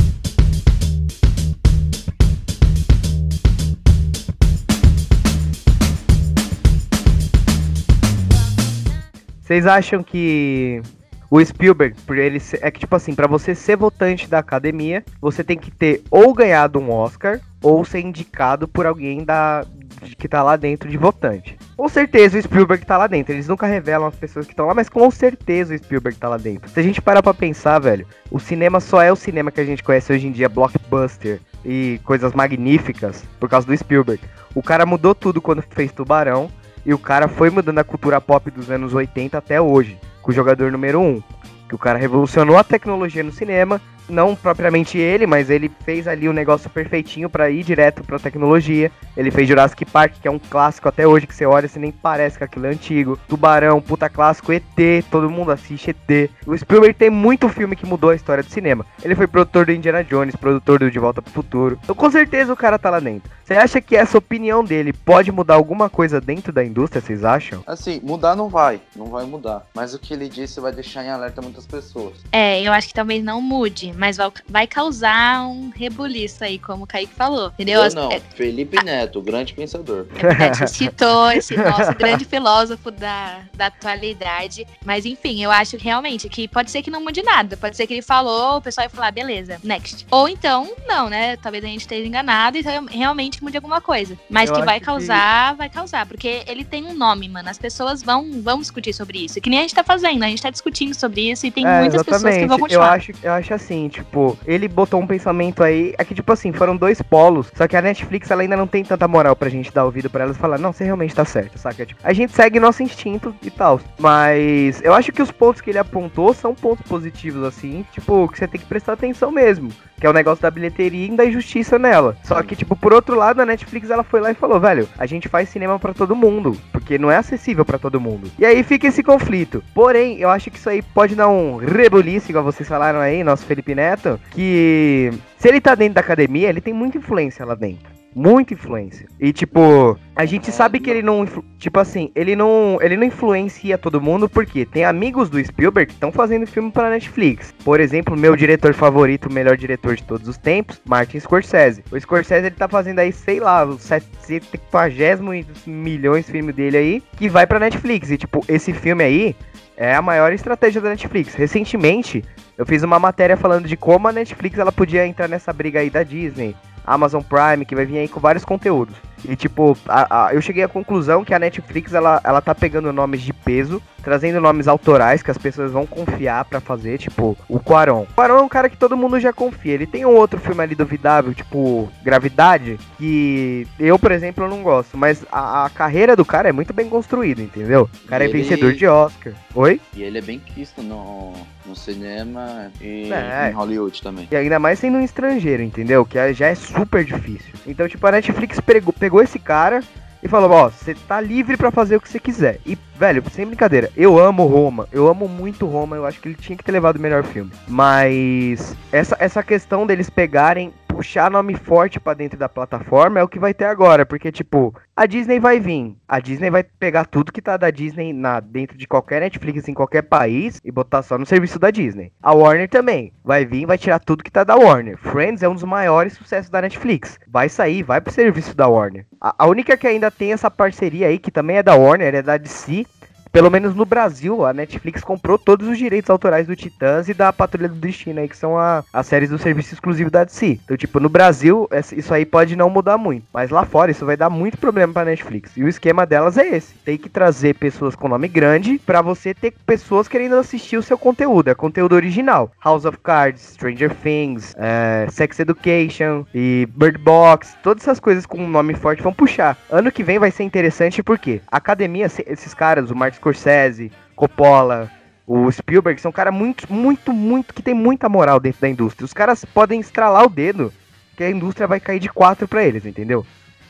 Vocês acham que o Spielberg, por ele é que tipo assim, pra você ser votante da academia, você tem que ter ou ganhado um Oscar ou ser indicado por alguém que tá lá dentro de votante. Com certeza o Spielberg tá lá dentro, eles nunca revelam as pessoas que estão lá, mas com certeza o Spielberg tá lá dentro. Se a gente parar pra pensar, velho, o cinema só é o cinema que a gente conhece hoje em dia, blockbuster e coisas magníficas, por causa do Spielberg. O cara mudou tudo quando fez Tubarão. E o cara foi mudando a cultura pop dos anos 80 até hoje, com o Jogador Número 1. Que o cara revolucionou a tecnologia no cinema, não propriamente ele, mas ele fez ali um negócio perfeitinho pra ir direto pra tecnologia. Ele fez Jurassic Park, que é um clássico até hoje, que você olha e nem parece que aquilo é antigo. Tubarão, puta clássico, ET, todo mundo assiste ET. O Spielberg tem muito filme que mudou a história do cinema. Ele foi produtor do Indiana Jones, produtor do De Volta pro Futuro. Então com certeza o cara tá lá dentro. Você acha que essa opinião dele pode mudar alguma coisa dentro da indústria, vocês acham? Assim, mudar não vai mudar. Mas o que ele disse vai deixar em alerta muitas pessoas. Eu acho que talvez não mude, mas vai causar um rebuliço aí, como o Kaique falou, entendeu? Eu não, Felipe Neto, o grande pensador. Neto citou esse nosso grande filósofo da atualidade, mas enfim, eu acho realmente que pode ser que não mude nada, pode ser que ele falou, o pessoal vai falar, beleza, next. Ou então, não, né, talvez a gente esteja enganado e realmente mude alguma coisa, mas que vai causar, porque ele tem um nome, mano, as pessoas vão discutir sobre isso, que nem a gente tá fazendo, a gente tá discutindo sobre isso e tem muitas pessoas que vão continuar. Eu acho assim, tipo, ele botou um pensamento aí, é que tipo assim, foram dois polos, só que a Netflix ela ainda não tem tanta moral pra gente dar ouvido pra elas e falar, não, você realmente tá certo, saca? Tipo, a gente segue nosso instinto e tal, mas eu acho que os pontos que ele apontou são pontos positivos, assim, tipo, que você tem que prestar atenção mesmo, que é o negócio da bilheteria e da injustiça nela. Só que, tipo, por outro lado, a Netflix, ela foi lá e falou, velho, a gente faz cinema pra todo mundo, porque não é acessível pra todo mundo. E aí fica esse conflito. Porém, eu acho que isso aí pode dar um rebuliço, igual vocês falaram aí, nosso Felipe Neto, que se ele tá dentro da academia, ele tem muita influência lá dentro. Muita influência. E, tipo, a gente sabe que ele não... Tipo assim, ele não influencia todo mundo, porque tem amigos do Spielberg que estão fazendo filme pra Netflix. Por exemplo, meu diretor favorito, o melhor diretor de todos os tempos, Martin Scorsese. O Scorsese, ele tá fazendo aí, sei lá, os 750 milhões de filme dele aí, que vai pra Netflix. E, tipo, esse filme aí é a maior estratégia da Netflix. Recentemente, eu fiz uma matéria falando de como a Netflix ela podia entrar nessa briga aí da Disney, Amazon Prime, que vai vir aí com vários conteúdos. E tipo, eu cheguei à conclusão que a Netflix, ela tá pegando nomes de peso, trazendo nomes autorais que as pessoas vão confiar pra fazer, tipo, o Cuarón. O Cuarón é um cara que todo mundo já confia. Ele tem um outro filme ali duvidável, tipo, Gravidade, que eu, por exemplo, não gosto. Mas a carreira do cara é muito bem construída, entendeu? O cara é vencedor de Oscar. Oi? E ele é bem quisto no cinema e em Hollywood também. E ainda mais sendo um estrangeiro, entendeu? Que já é super difícil. Então, tipo, a Netflix pegou esse cara e falou, ó, você tá livre pra fazer o que você quiser. E, velho, sem brincadeira, eu amo Roma. Eu amo muito Roma. Eu acho que ele tinha que ter levado o melhor filme. Mas essa questão deles pegarem, puxar nome forte pra dentro da plataforma é o que vai ter agora. Porque, tipo, a Disney vai vir. A Disney vai pegar tudo que tá da Disney dentro de qualquer Netflix em qualquer país e botar só no serviço da Disney. A Warner também vai vir e vai tirar tudo que tá da Warner. Friends é um dos maiores sucessos da Netflix. Vai sair, vai pro serviço da Warner. A única que ainda tem essa parceria aí, que também é da Warner, é da DC. Pelo menos no Brasil, a Netflix comprou todos os direitos autorais do Titãs e da Patrulha do Destino aí, que são as séries do serviço exclusivo da DC. Então, tipo, no Brasil, isso aí pode não mudar muito. Mas lá fora, isso vai dar muito problema pra Netflix. E o esquema delas é esse. Tem que trazer pessoas com nome grande pra você ter pessoas querendo assistir o seu conteúdo. É conteúdo original. House of Cards, Stranger Things, Sex Education e Bird Box. Todas essas coisas com um nome forte vão puxar. Ano que vem vai ser interessante porque a academia, esses caras, o Martin Scorsese, Coppola, o Spielberg, são caras muito, que tem muita moral dentro da indústria. Os caras podem estralar o dedo que a indústria vai cair de 4 pra eles, entendeu?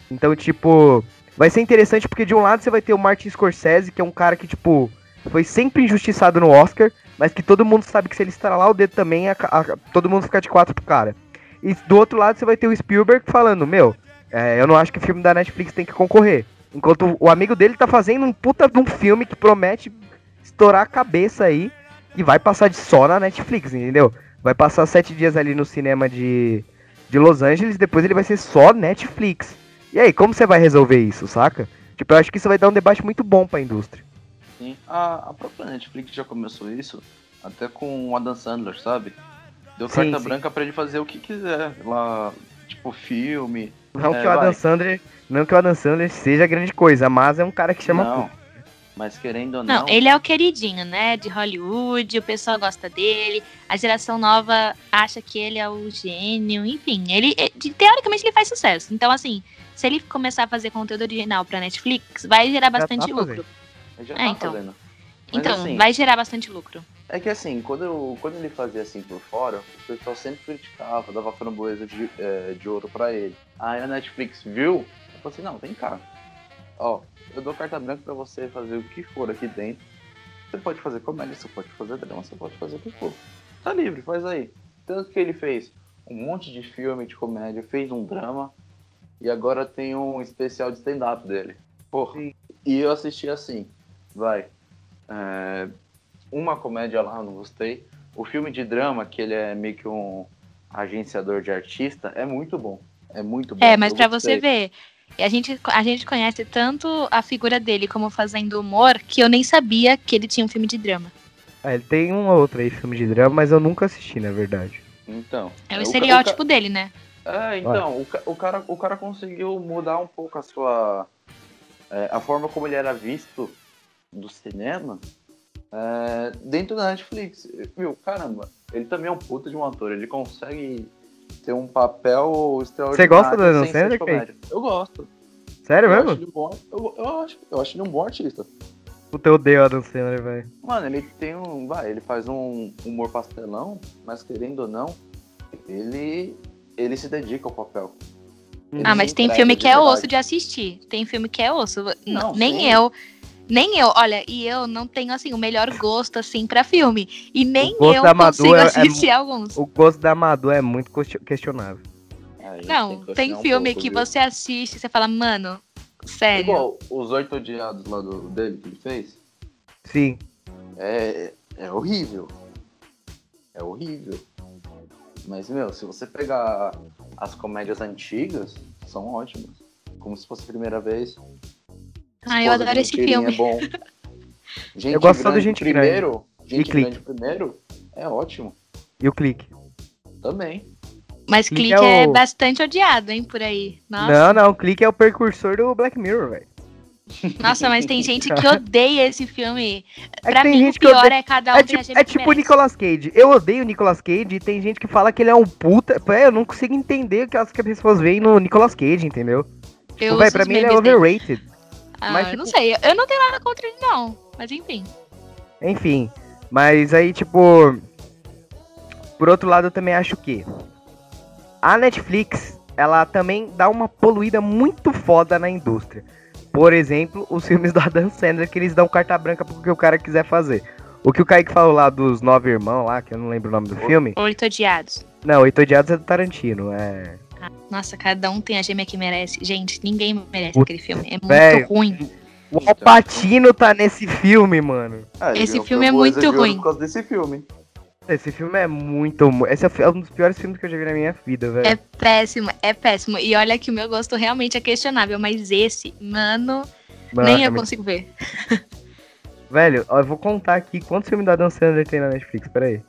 Então, tipo, vai ser interessante porque de um lado você vai ter o Martin Scorsese, que é um cara que, tipo, foi sempre injustiçado no Oscar, mas que todo mundo sabe que se ele estralar o dedo também, todo mundo fica de quatro pro cara. E do outro lado você vai ter o Spielberg falando, meu, eu não acho que o filme da Netflix tem que concorrer. Enquanto o amigo dele tá fazendo um puta de um filme que promete estourar a cabeça aí e vai passar de só na Netflix, entendeu? Vai passar 7 dias ali no cinema de Los Angeles, depois ele vai ser só Netflix. E aí, como você vai resolver isso, saca? Tipo, eu acho que isso vai dar um debate muito bom pra indústria. Sim, a própria Netflix já começou isso, até com o Adam Sandler, sabe? Deu Sim, carta sim. branca pra ele fazer o que quiser lá, tipo filme. Não que o Adam Sandler seja grande coisa, mas é um cara que chama Não, mas querendo ou Não, não, ele é o queridinho, né? De Hollywood, o pessoal gosta dele, a geração nova acha que ele é o gênio, enfim, teoricamente ele faz sucesso. Então, assim, se ele começar a fazer conteúdo original pra Netflix, vai gerar bastante tá lucro. ele já É, tá então. fazendo. Mas Então, assim, vai gerar bastante lucro. é que assim, quando ele fazia assim por fora, o pessoal sempre criticava, dava framboesa de ouro pra ele. Aí a Netflix viu e falou assim, não, vem cá. Ó, eu dou carta branca pra você fazer o que for aqui dentro. Você pode fazer comédia, você pode fazer drama, você pode fazer o que for. Tá livre, faz aí. Tanto que ele fez um monte de filme de comédia, fez um drama e agora tem um especial de stand-up dele. Porra. E eu assisti assim, uma comédia lá, eu não gostei. O filme de drama, que ele é meio que um agenciador de artista, é muito bom. É muito bom. Mas eu pra gostei. você ver, a gente conhece tanto a figura dele como fazendo humor que eu nem sabia que ele tinha um filme de drama. Ele tem um ou outro aí filme de drama, mas eu nunca assisti, na verdade. Então. É o estereótipo dele, né? Então, o cara conseguiu mudar um pouco a sua... a forma como ele era visto do cinema dentro da Netflix. Viu, caramba, ele também é um puta de um ator, ele consegue ter um papel extraordinário. Você gosta do Adam sem ser de Sandler, comédia. Eu gosto. Sério Eu mesmo? acho ele bom, eu acho ele um bom artista. Puta, eu odeio o Adam Sandler, velho. Mano, ele tem ele faz um humor pastelão, mas querendo ou não, ele se dedica ao papel. Ele Mas se tem entrega filme de que é verdade. osso de assistir. Tem filme que é osso. Não, nem sim. eu, olha, e eu não tenho, assim, o melhor gosto, assim, pra filme. E nem O gosto eu da Amador consigo é assistir alguns. O gosto da Amador é muito questionável. A gente Não, que tem questionar um filme pouco, que viu? você assiste e você fala, mano, sério. Igual os 8 Odiados lá dele que ele fez. Sim. É horrível. É horrível. Mas, meu, se você pegar as comédias antigas, são ótimas. Como se fosse a primeira vez. Eu adoro esse filme. É bom. Gente Eu gosto só do Grande Gente primeiro. Gente E Clique. Grande primeiro é ótimo. E o Clique? Também. Mas Clique Clique é é o- bastante odiado, hein, por aí. Nossa. Não, o Clique é o precursor do Black Mirror, velho. Nossa, mas tem gente que odeia esse filme. É Pra que tem mim, o gente que pior odeia- é cada um tem a gêmea que tipo o merece. Nicolas Cage. Eu odeio o Nicolas Cage e tem gente que fala que ele é um puta. Eu não consigo entender o que as pessoas veem no Nicolas Cage, entendeu? Eu Véi, uso pra os mim ele é memes dele. overrated. mas, Eu tipo- não sei. Eu não tenho nada contra ele, não. Mas enfim. Enfim, mas aí, tipo... Por outro lado, eu também acho que a Netflix, ela também dá uma poluída muito foda na indústria. Por exemplo, os filmes do Adam Sandler, que eles dão carta branca pro que o cara quiser fazer. O que o Kaique falou lá dos 9 irmãos lá, que eu não lembro o nome do filme. 8 odiados. Não, 8 Odiados é do Tarantino, Nossa, cada um tem a gêmea que merece. Gente, ninguém merece Puta, aquele filme. É muito velho. ruim. O Al Pacino tá nesse filme, mano. Ele Esse ganhou filme é framboesa muito de ouro ruim. Por causa desse filme. Esse filme é muito... Esse é um dos piores filmes que eu já vi na minha vida, velho. É péssimo, é péssimo. E olha que o meu gosto realmente é questionável, mas esse, mano, nem eu consigo ver. Velho, ó, eu vou contar aqui quantos filmes do Adam Sandler tem na Netflix, peraí.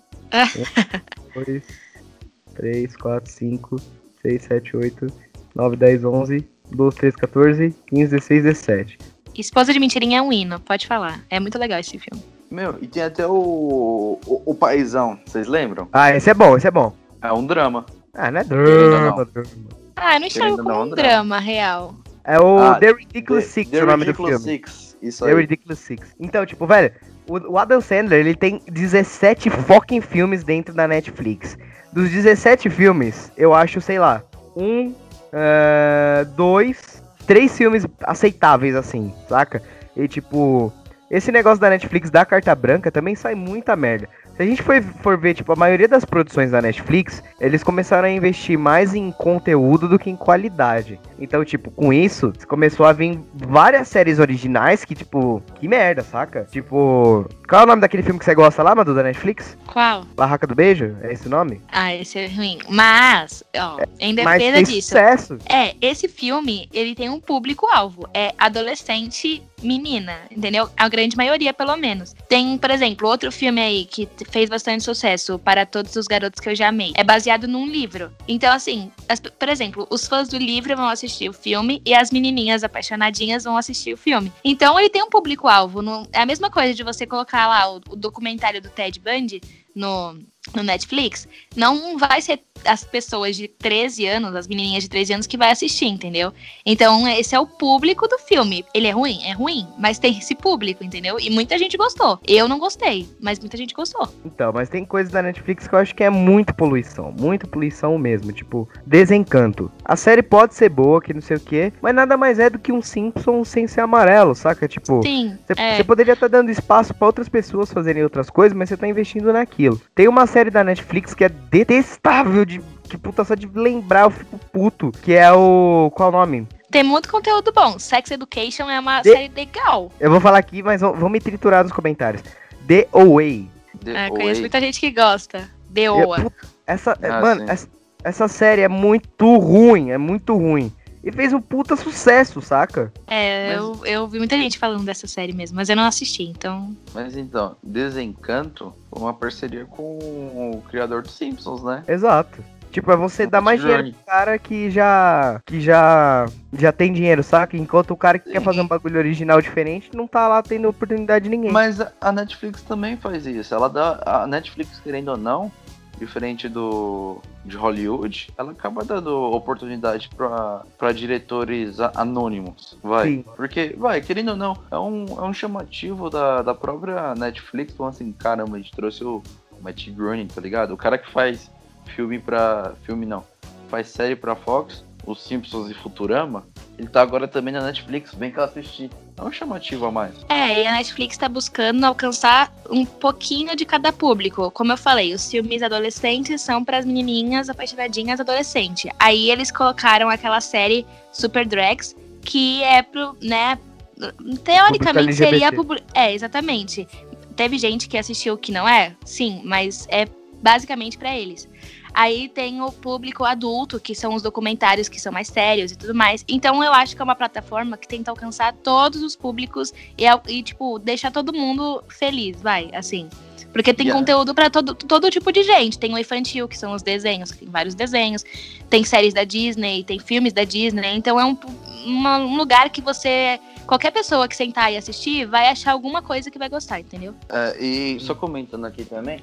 1, 2, 3, 4, 5, 6, 7, 8, 9, 10, 11, 12, 13, 14, 15, 16, 17. Esposa de Mentirinha é um hino, pode falar. É muito legal esse filme. Meu, e tem até o Paizão, vocês lembram? Ah, esse é bom, esse é bom. É um drama. Ah, não é Querendo ou não. drama. Eu não enxergo Querendo ou como não, um André. drama real. É o The Ridiculous Six, The o nome do Ridiculous filme. Six, isso The aí. Ridiculous Six. Então, tipo, velho, o Adam Sandler, ele tem 17 fucking filmes dentro da Netflix. Dos 17 filmes, eu acho, sei lá, 1 três filmes aceitáveis, assim, saca? E tipo, esse negócio da Netflix da carta branca também sai muita merda. Se a gente for ver, tipo, a maioria das produções da Netflix, eles começaram a investir mais em conteúdo do que em qualidade. Então, tipo, com isso, começou a vir várias séries originais que, tipo, que merda, saca? Tipo, qual é o nome daquele filme que você gosta lá, Madu, da Netflix? Qual? Barraca do Beijo? É esse o nome? Ah, esse é ruim. Mas, ó, em Mas defesa fez disso. sucesso. Esse filme, ele tem um público-alvo. É adolescente menina, entendeu? A grande maioria, pelo menos. Tem, por exemplo, outro filme aí que fez bastante sucesso, Para Todos os Garotos que Eu Já Amei. É baseado num livro. Então, assim, por exemplo, os fãs do livro vão assistir o filme e as menininhas apaixonadinhas vão assistir o filme. Então, ele tem um público-alvo. É a mesma coisa de você colocar lá o documentário do Ted Bundy no Netflix, não vai ser as pessoas de 13 anos, as menininhas de 13 anos que vai assistir, entendeu? Então, esse é o público do filme. Ele é ruim? É ruim, mas tem esse público, entendeu? E muita gente gostou. Eu não gostei, mas muita gente gostou. Então, mas tem coisas da Netflix que eu acho que é muito poluição mesmo, tipo, Desencanto. A série pode ser boa, que não sei o quê, mas nada mais é do que um Simpsons sem ser amarelo, saca? Tipo, sim, você poderia estar dando espaço pra outras pessoas fazerem outras coisas, mas você tá investindo naquilo. Tem uma série da Netflix que é detestável que puta, só de lembrar eu fico puto, que é o... qual o nome? Tem muito conteúdo bom. Sex Education é uma série legal. Eu vou falar aqui, mas vão me triturar nos comentários. The Away. Conheço muita gente que gosta. The Oa. Essa série é muito ruim, E fez um puta sucesso, saca? Eu vi muita gente falando dessa série mesmo, mas eu não assisti, então... Mas então, Desencanto foi uma parceria com o criador dos Simpsons, né? Exato. Tipo, é você dar mais dinheiro pro cara que já tem dinheiro, saca? Enquanto o cara que quer fazer um bagulho original diferente não tá lá tendo oportunidade de ninguém. Mas a Netflix também faz isso. A Netflix, querendo ou não, diferente de Hollywood, ela acaba dando oportunidade pra diretores anônimos, vai. Sim. Porque, querendo ou não, é um chamativo da própria Netflix, falando assim, caramba, a gente trouxe o Matt Groening, tá ligado? O cara que faz faz série pra Fox, os Simpsons e Futurama, ele tá agora também na Netflix, vem cá assistir. É um chamativo a mais. E a Netflix tá buscando alcançar um pouquinho de cada público. Como eu falei, os filmes adolescentes são pras menininhas apaixonadinhas adolescentes. Aí eles colocaram aquela série Super Drags, que é pro, né, teoricamente seria... exatamente. Teve gente que assistiu que não é? Sim, mas é basicamente pra eles. Aí tem o público adulto, que são os documentários que são mais sérios e tudo mais. Então eu acho que é uma plataforma que tenta alcançar todos os públicos e tipo, deixar todo mundo feliz, assim. Porque tem conteúdo pra todo tipo de gente. Tem o infantil, que são os desenhos, que tem vários desenhos. Tem séries da Disney, tem filmes da Disney. Então é um lugar que qualquer pessoa que sentar e assistir vai achar alguma coisa que vai gostar, entendeu? E só comentando aqui também,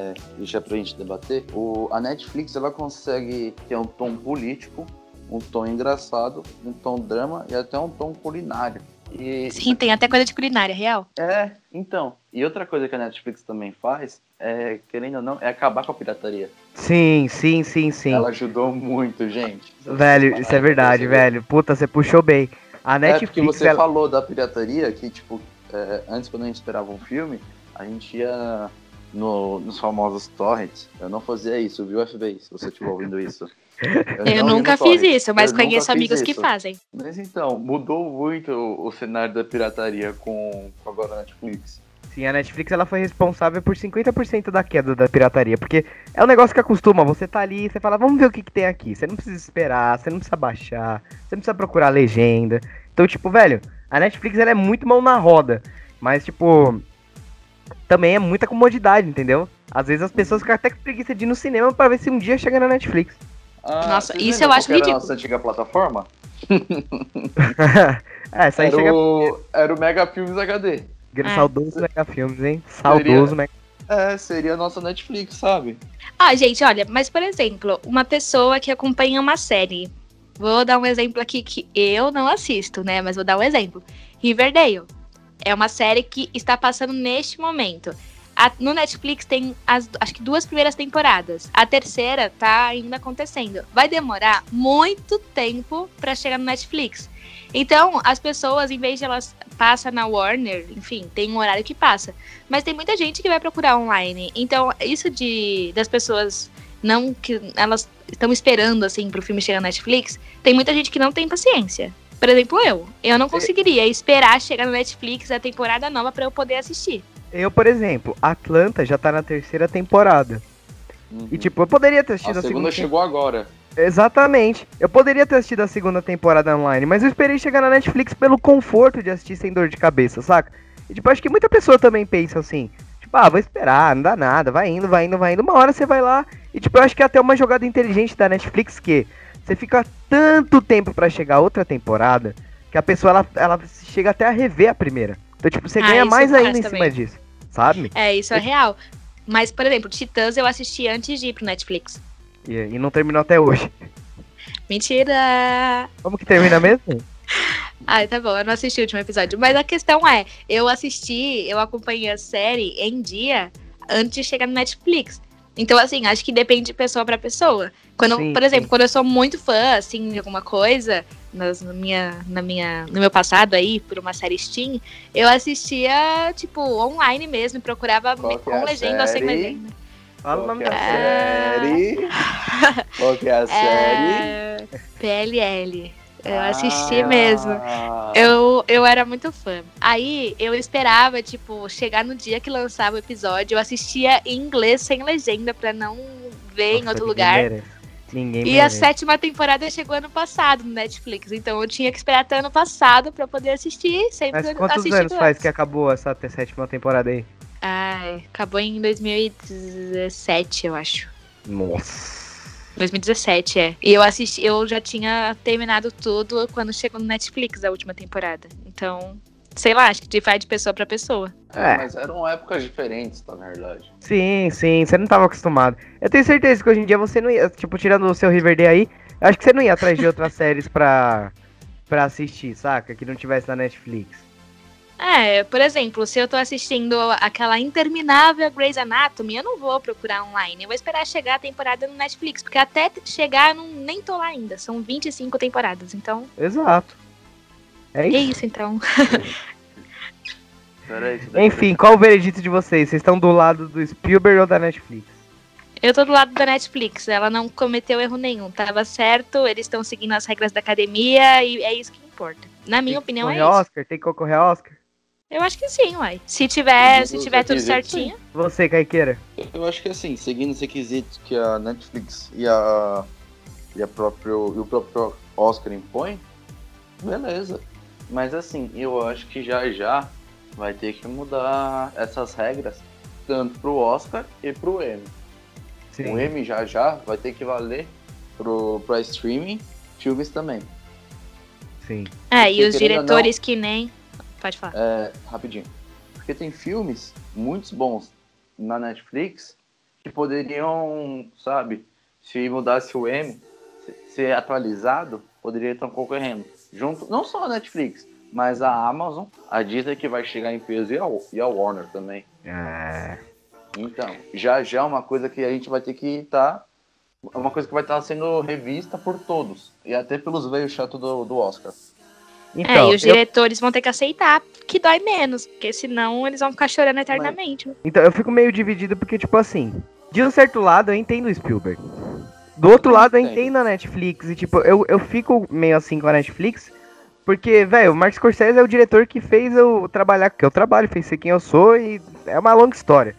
já pra gente debater, a Netflix, ela consegue ter um tom político, um tom engraçado, um tom drama e até um tom culinário. Sim, tem até coisa de culinária, real. Então. E outra coisa que a Netflix também faz, querendo ou não, é acabar com a pirataria. Sim. Ela ajudou muito, gente. Velho, isso é verdade, velho. Puta, você puxou bem. A Netflix, porque você falou da pirataria, que tipo, antes quando a gente esperava um filme, a gente ia nos famosos torrents. Eu não fazia isso, viu, FBI, se você estiver ouvindo isso. Eu nunca fiz isso, mas conheço amigos que fazem. Mas então, mudou muito o cenário da pirataria com agora a Netflix. Sim, a Netflix ela foi responsável por 50% da queda da pirataria, porque é um negócio que acostuma, você tá ali, você fala, vamos ver o que tem aqui, você não precisa esperar, você não precisa baixar, você não precisa procurar legenda. Então, tipo, velho, a Netflix ela é muito mão na roda, mas, tipo, também é muita comodidade, entendeu? Às vezes as pessoas ficam até com preguiça de ir no cinema pra ver se um dia chega na Netflix. Nossa, isso eu acho ridículo. Era a nossa antiga plataforma? Essa aí era o Mega Filmes HD. Saudoso Mega Filmes, hein? Saudoso Mega. Seria a nossa Netflix, sabe? Gente, olha, mas por exemplo, uma pessoa que acompanha uma série. Vou dar um exemplo aqui que eu não assisto, né? Mas vou dar um exemplo. Riverdale. É uma série que está passando neste momento. No Netflix tem acho que 2 primeiras temporadas. A terceira tá ainda acontecendo. Vai demorar muito tempo pra chegar no Netflix. Então, as pessoas, em vez de elas passam na Warner, enfim, tem um horário que passa. Mas tem muita gente que vai procurar online. Então, isso das pessoas não que elas estão esperando assim pro filme chegar na Netflix, tem muita gente que não tem paciência. Por exemplo, eu não conseguiria esperar chegar no Netflix a temporada nova pra eu poder assistir. Eu, por exemplo, Atlanta já tá na 3ª temporada. E tipo, eu poderia ter assistido a segunda chegou agora. Exatamente. Eu poderia ter assistido a 2ª temporada online, mas eu esperei chegar na Netflix pelo conforto de assistir sem dor de cabeça, saca? E tipo, acho que muita pessoa também pensa assim, tipo, vou esperar, não dá nada, vai indo. Uma hora você vai lá. E tipo, eu acho que é até uma jogada inteligente da Netflix que você fica tanto tempo pra chegar a outra temporada que a pessoa, ela chega até a rever a primeira. Então, tipo, você ganha mais ainda em cima disso, sabe? Isso é real. Mas, por exemplo, Titãs eu assisti antes de ir pro Netflix. E não terminou até hoje. Mentira! Como que termina mesmo? Tá bom, eu não assisti o último episódio. Mas a questão eu acompanhei a série em dia antes de chegar no Netflix. Então, assim, acho que depende de pessoa pra pessoa. Por exemplo, quando eu sou muito fã, assim, de alguma coisa, no meu passado aí, por uma série Steam, eu assistia, tipo, online mesmo, procurava com legenda ou sem legenda. Fala o nome da série. Qual que é a série? PLL. Eu assisti mesmo. Eu era muito fã. Aí eu esperava, tipo, chegar no dia que lançava o episódio, eu assistia em inglês sem legenda pra não ver em outro lugar. Ninguém merece. A 7ª temporada chegou ano passado no Netflix, então eu tinha que esperar até ano passado pra poder assistir. Mas quantos anos faz que acabou essa 7ª temporada aí? Acabou em 2017, eu acho. Nossa. 2017, E eu já tinha terminado tudo quando chegou no Netflix a última temporada. Então, sei lá, acho que vai de pessoa pra pessoa. Mas eram épocas diferentes, na verdade. Sim, você não tava acostumado. Eu tenho certeza que hoje em dia você não ia, tipo, tirando o seu Riverdale aí, acho que você não ia atrás de outras séries pra assistir, saca? Que não tivesse na Netflix. Por exemplo, se eu tô assistindo aquela interminável Grey's Anatomy, eu não vou procurar online. Eu vou esperar chegar a temporada no Netflix, porque até chegar eu nem tô lá ainda. São 25 temporadas, então... Exato. É isso então. Enfim, qual o veredito de vocês? Vocês estão do lado do Spielberg ou da Netflix? Eu tô do lado da Netflix. Ela não cometeu erro nenhum. Tava certo, eles estão seguindo as regras da academia e é isso que importa. Na minha opinião, é isso. Tem que concorrer a Oscar? Eu acho que sim, uai. Se tiver tudo certinho. Você, Caiqueira? Eu acho que assim, seguindo os requisitos que a Netflix e o próprio Oscar impõe, beleza. Mas assim, eu acho que já vai ter que mudar essas regras, tanto pro Oscar e pro Emmy. Sim. O Emmy já vai ter que valer pra streaming, filmes também. Sim. E os diretores que nem... Pode falar. Rapidinho. Porque tem filmes muito bons na Netflix que poderiam, sabe, se mudasse o Emmy, ser atualizado, poderia estar concorrendo. Junto, não só a Netflix, mas a Amazon, a Disney que vai chegar em peso e a Warner também. Então, já é uma coisa que a gente vai ter que uma coisa que vai estar sendo revista por todos. E até pelos velhos chatos do Oscar. Então, e os diretores vão ter que aceitar que dói menos, porque senão eles vão ficar chorando eternamente. Então, eu fico meio dividido porque, tipo assim, de um certo lado eu entendo o Spielberg. Do outro lado eu entendo a Netflix. E, tipo, eu fico meio assim com a Netflix, porque, velho, o Martin Scorsese é o diretor que fez eu trabalhar com o que eu trabalho, fez ser quem eu sou, e é uma longa história.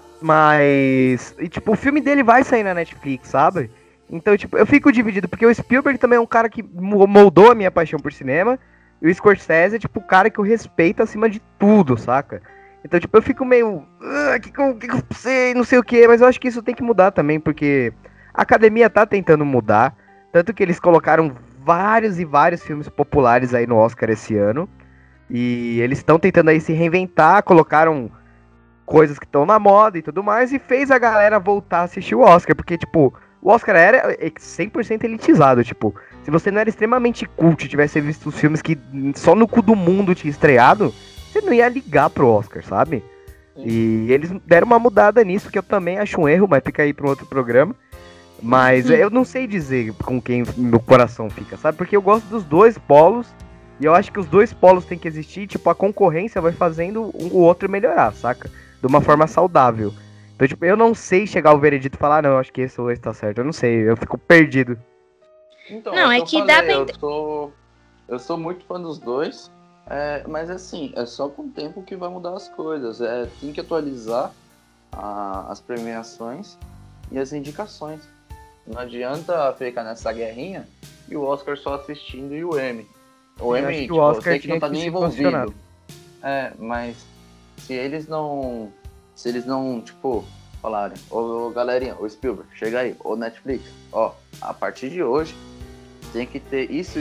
Mas, e, tipo, o filme dele vai sair na Netflix, sabe? Então, tipo, eu fico dividido, porque o Spielberg também é um cara que moldou a minha paixão por cinema. E o Scorsese é, tipo, o cara que eu respeito acima de tudo, saca? Então, tipo, eu fico meio... que eu sei, não sei o que, mas eu acho que isso tem que mudar também, porque a academia tá tentando mudar. Tanto que eles colocaram vários e vários filmes populares aí no Oscar esse ano. E eles estão tentando aí se reinventar, colocaram coisas que estão na moda e tudo mais, e fez a galera voltar a assistir o Oscar, porque, tipo, o Oscar era 100% elitizado, tipo... Se você não era extremamente cult e tivesse visto os filmes que só no cu do mundo tinha estreado, você não ia ligar pro Oscar, sabe? E eles deram uma mudada nisso, que eu também acho um erro, mas fica aí para um outro programa. Mas eu não sei dizer com quem meu coração fica, sabe? Porque eu gosto dos dois polos, e eu acho que os dois polos têm que existir, tipo, a concorrência vai fazendo o outro melhorar, saca? De uma forma saudável. Então, tipo, eu não sei chegar ao veredito e falar, não, acho que esse ou esse tá certo. Eu não sei, eu fico perdido. Então, Não, é eu que falei, dá pra eu sou muito fã dos dois, mas assim, é só com o tempo que vai mudar as coisas. Tem que atualizar as premiações e as indicações. Não adianta ficar nessa guerrinha e o Oscar só assistindo e o Emmy. O Eu Emmy, acho que o tipo, eu Oscar sei que não tá tinha que nem se posicionar. envolvido. Mas se eles não, tipo, falarem, ô galerinha, ô Spielberg, chega aí, ô Netflix, ó, a partir de hoje tem que ter isso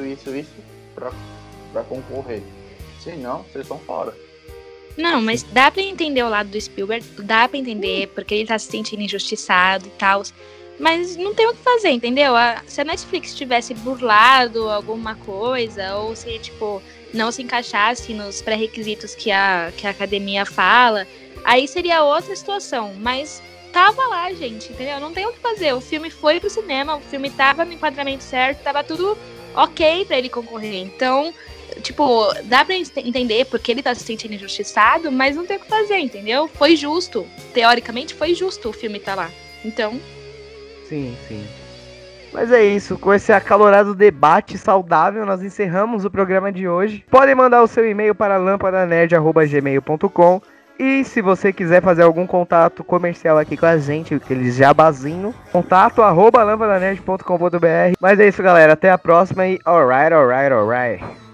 pra concorrer. Senão, vocês estão fora. Não, mas dá pra entender o lado do Spielberg, dá pra entender porque ele tá se sentindo injustiçado e tal. Mas não tem o que fazer, entendeu? Se a Netflix tivesse burlado alguma coisa, ou se, tipo, não se encaixasse nos pré-requisitos que a academia fala, aí seria outra situação. Mas tava lá, gente, entendeu? Não tem o que fazer. O filme foi pro cinema, o filme tava no enquadramento certo, tava tudo ok pra ele concorrer. Então, tipo, dá pra entender porque ele tá se sentindo injustiçado, mas não tem o que fazer, entendeu? Foi justo. Teoricamente, foi justo o filme tá lá. Então... Sim, sim. Mas é isso, com esse acalorado debate saudável, nós encerramos o programa de hoje. Podem mandar o seu e-mail para lampadanerd@gmail.com. E se você quiser fazer algum contato comercial aqui com a gente, aquele jabazinho, contato@lampadanerd.com.br. Mas é isso, galera, até a próxima e alright.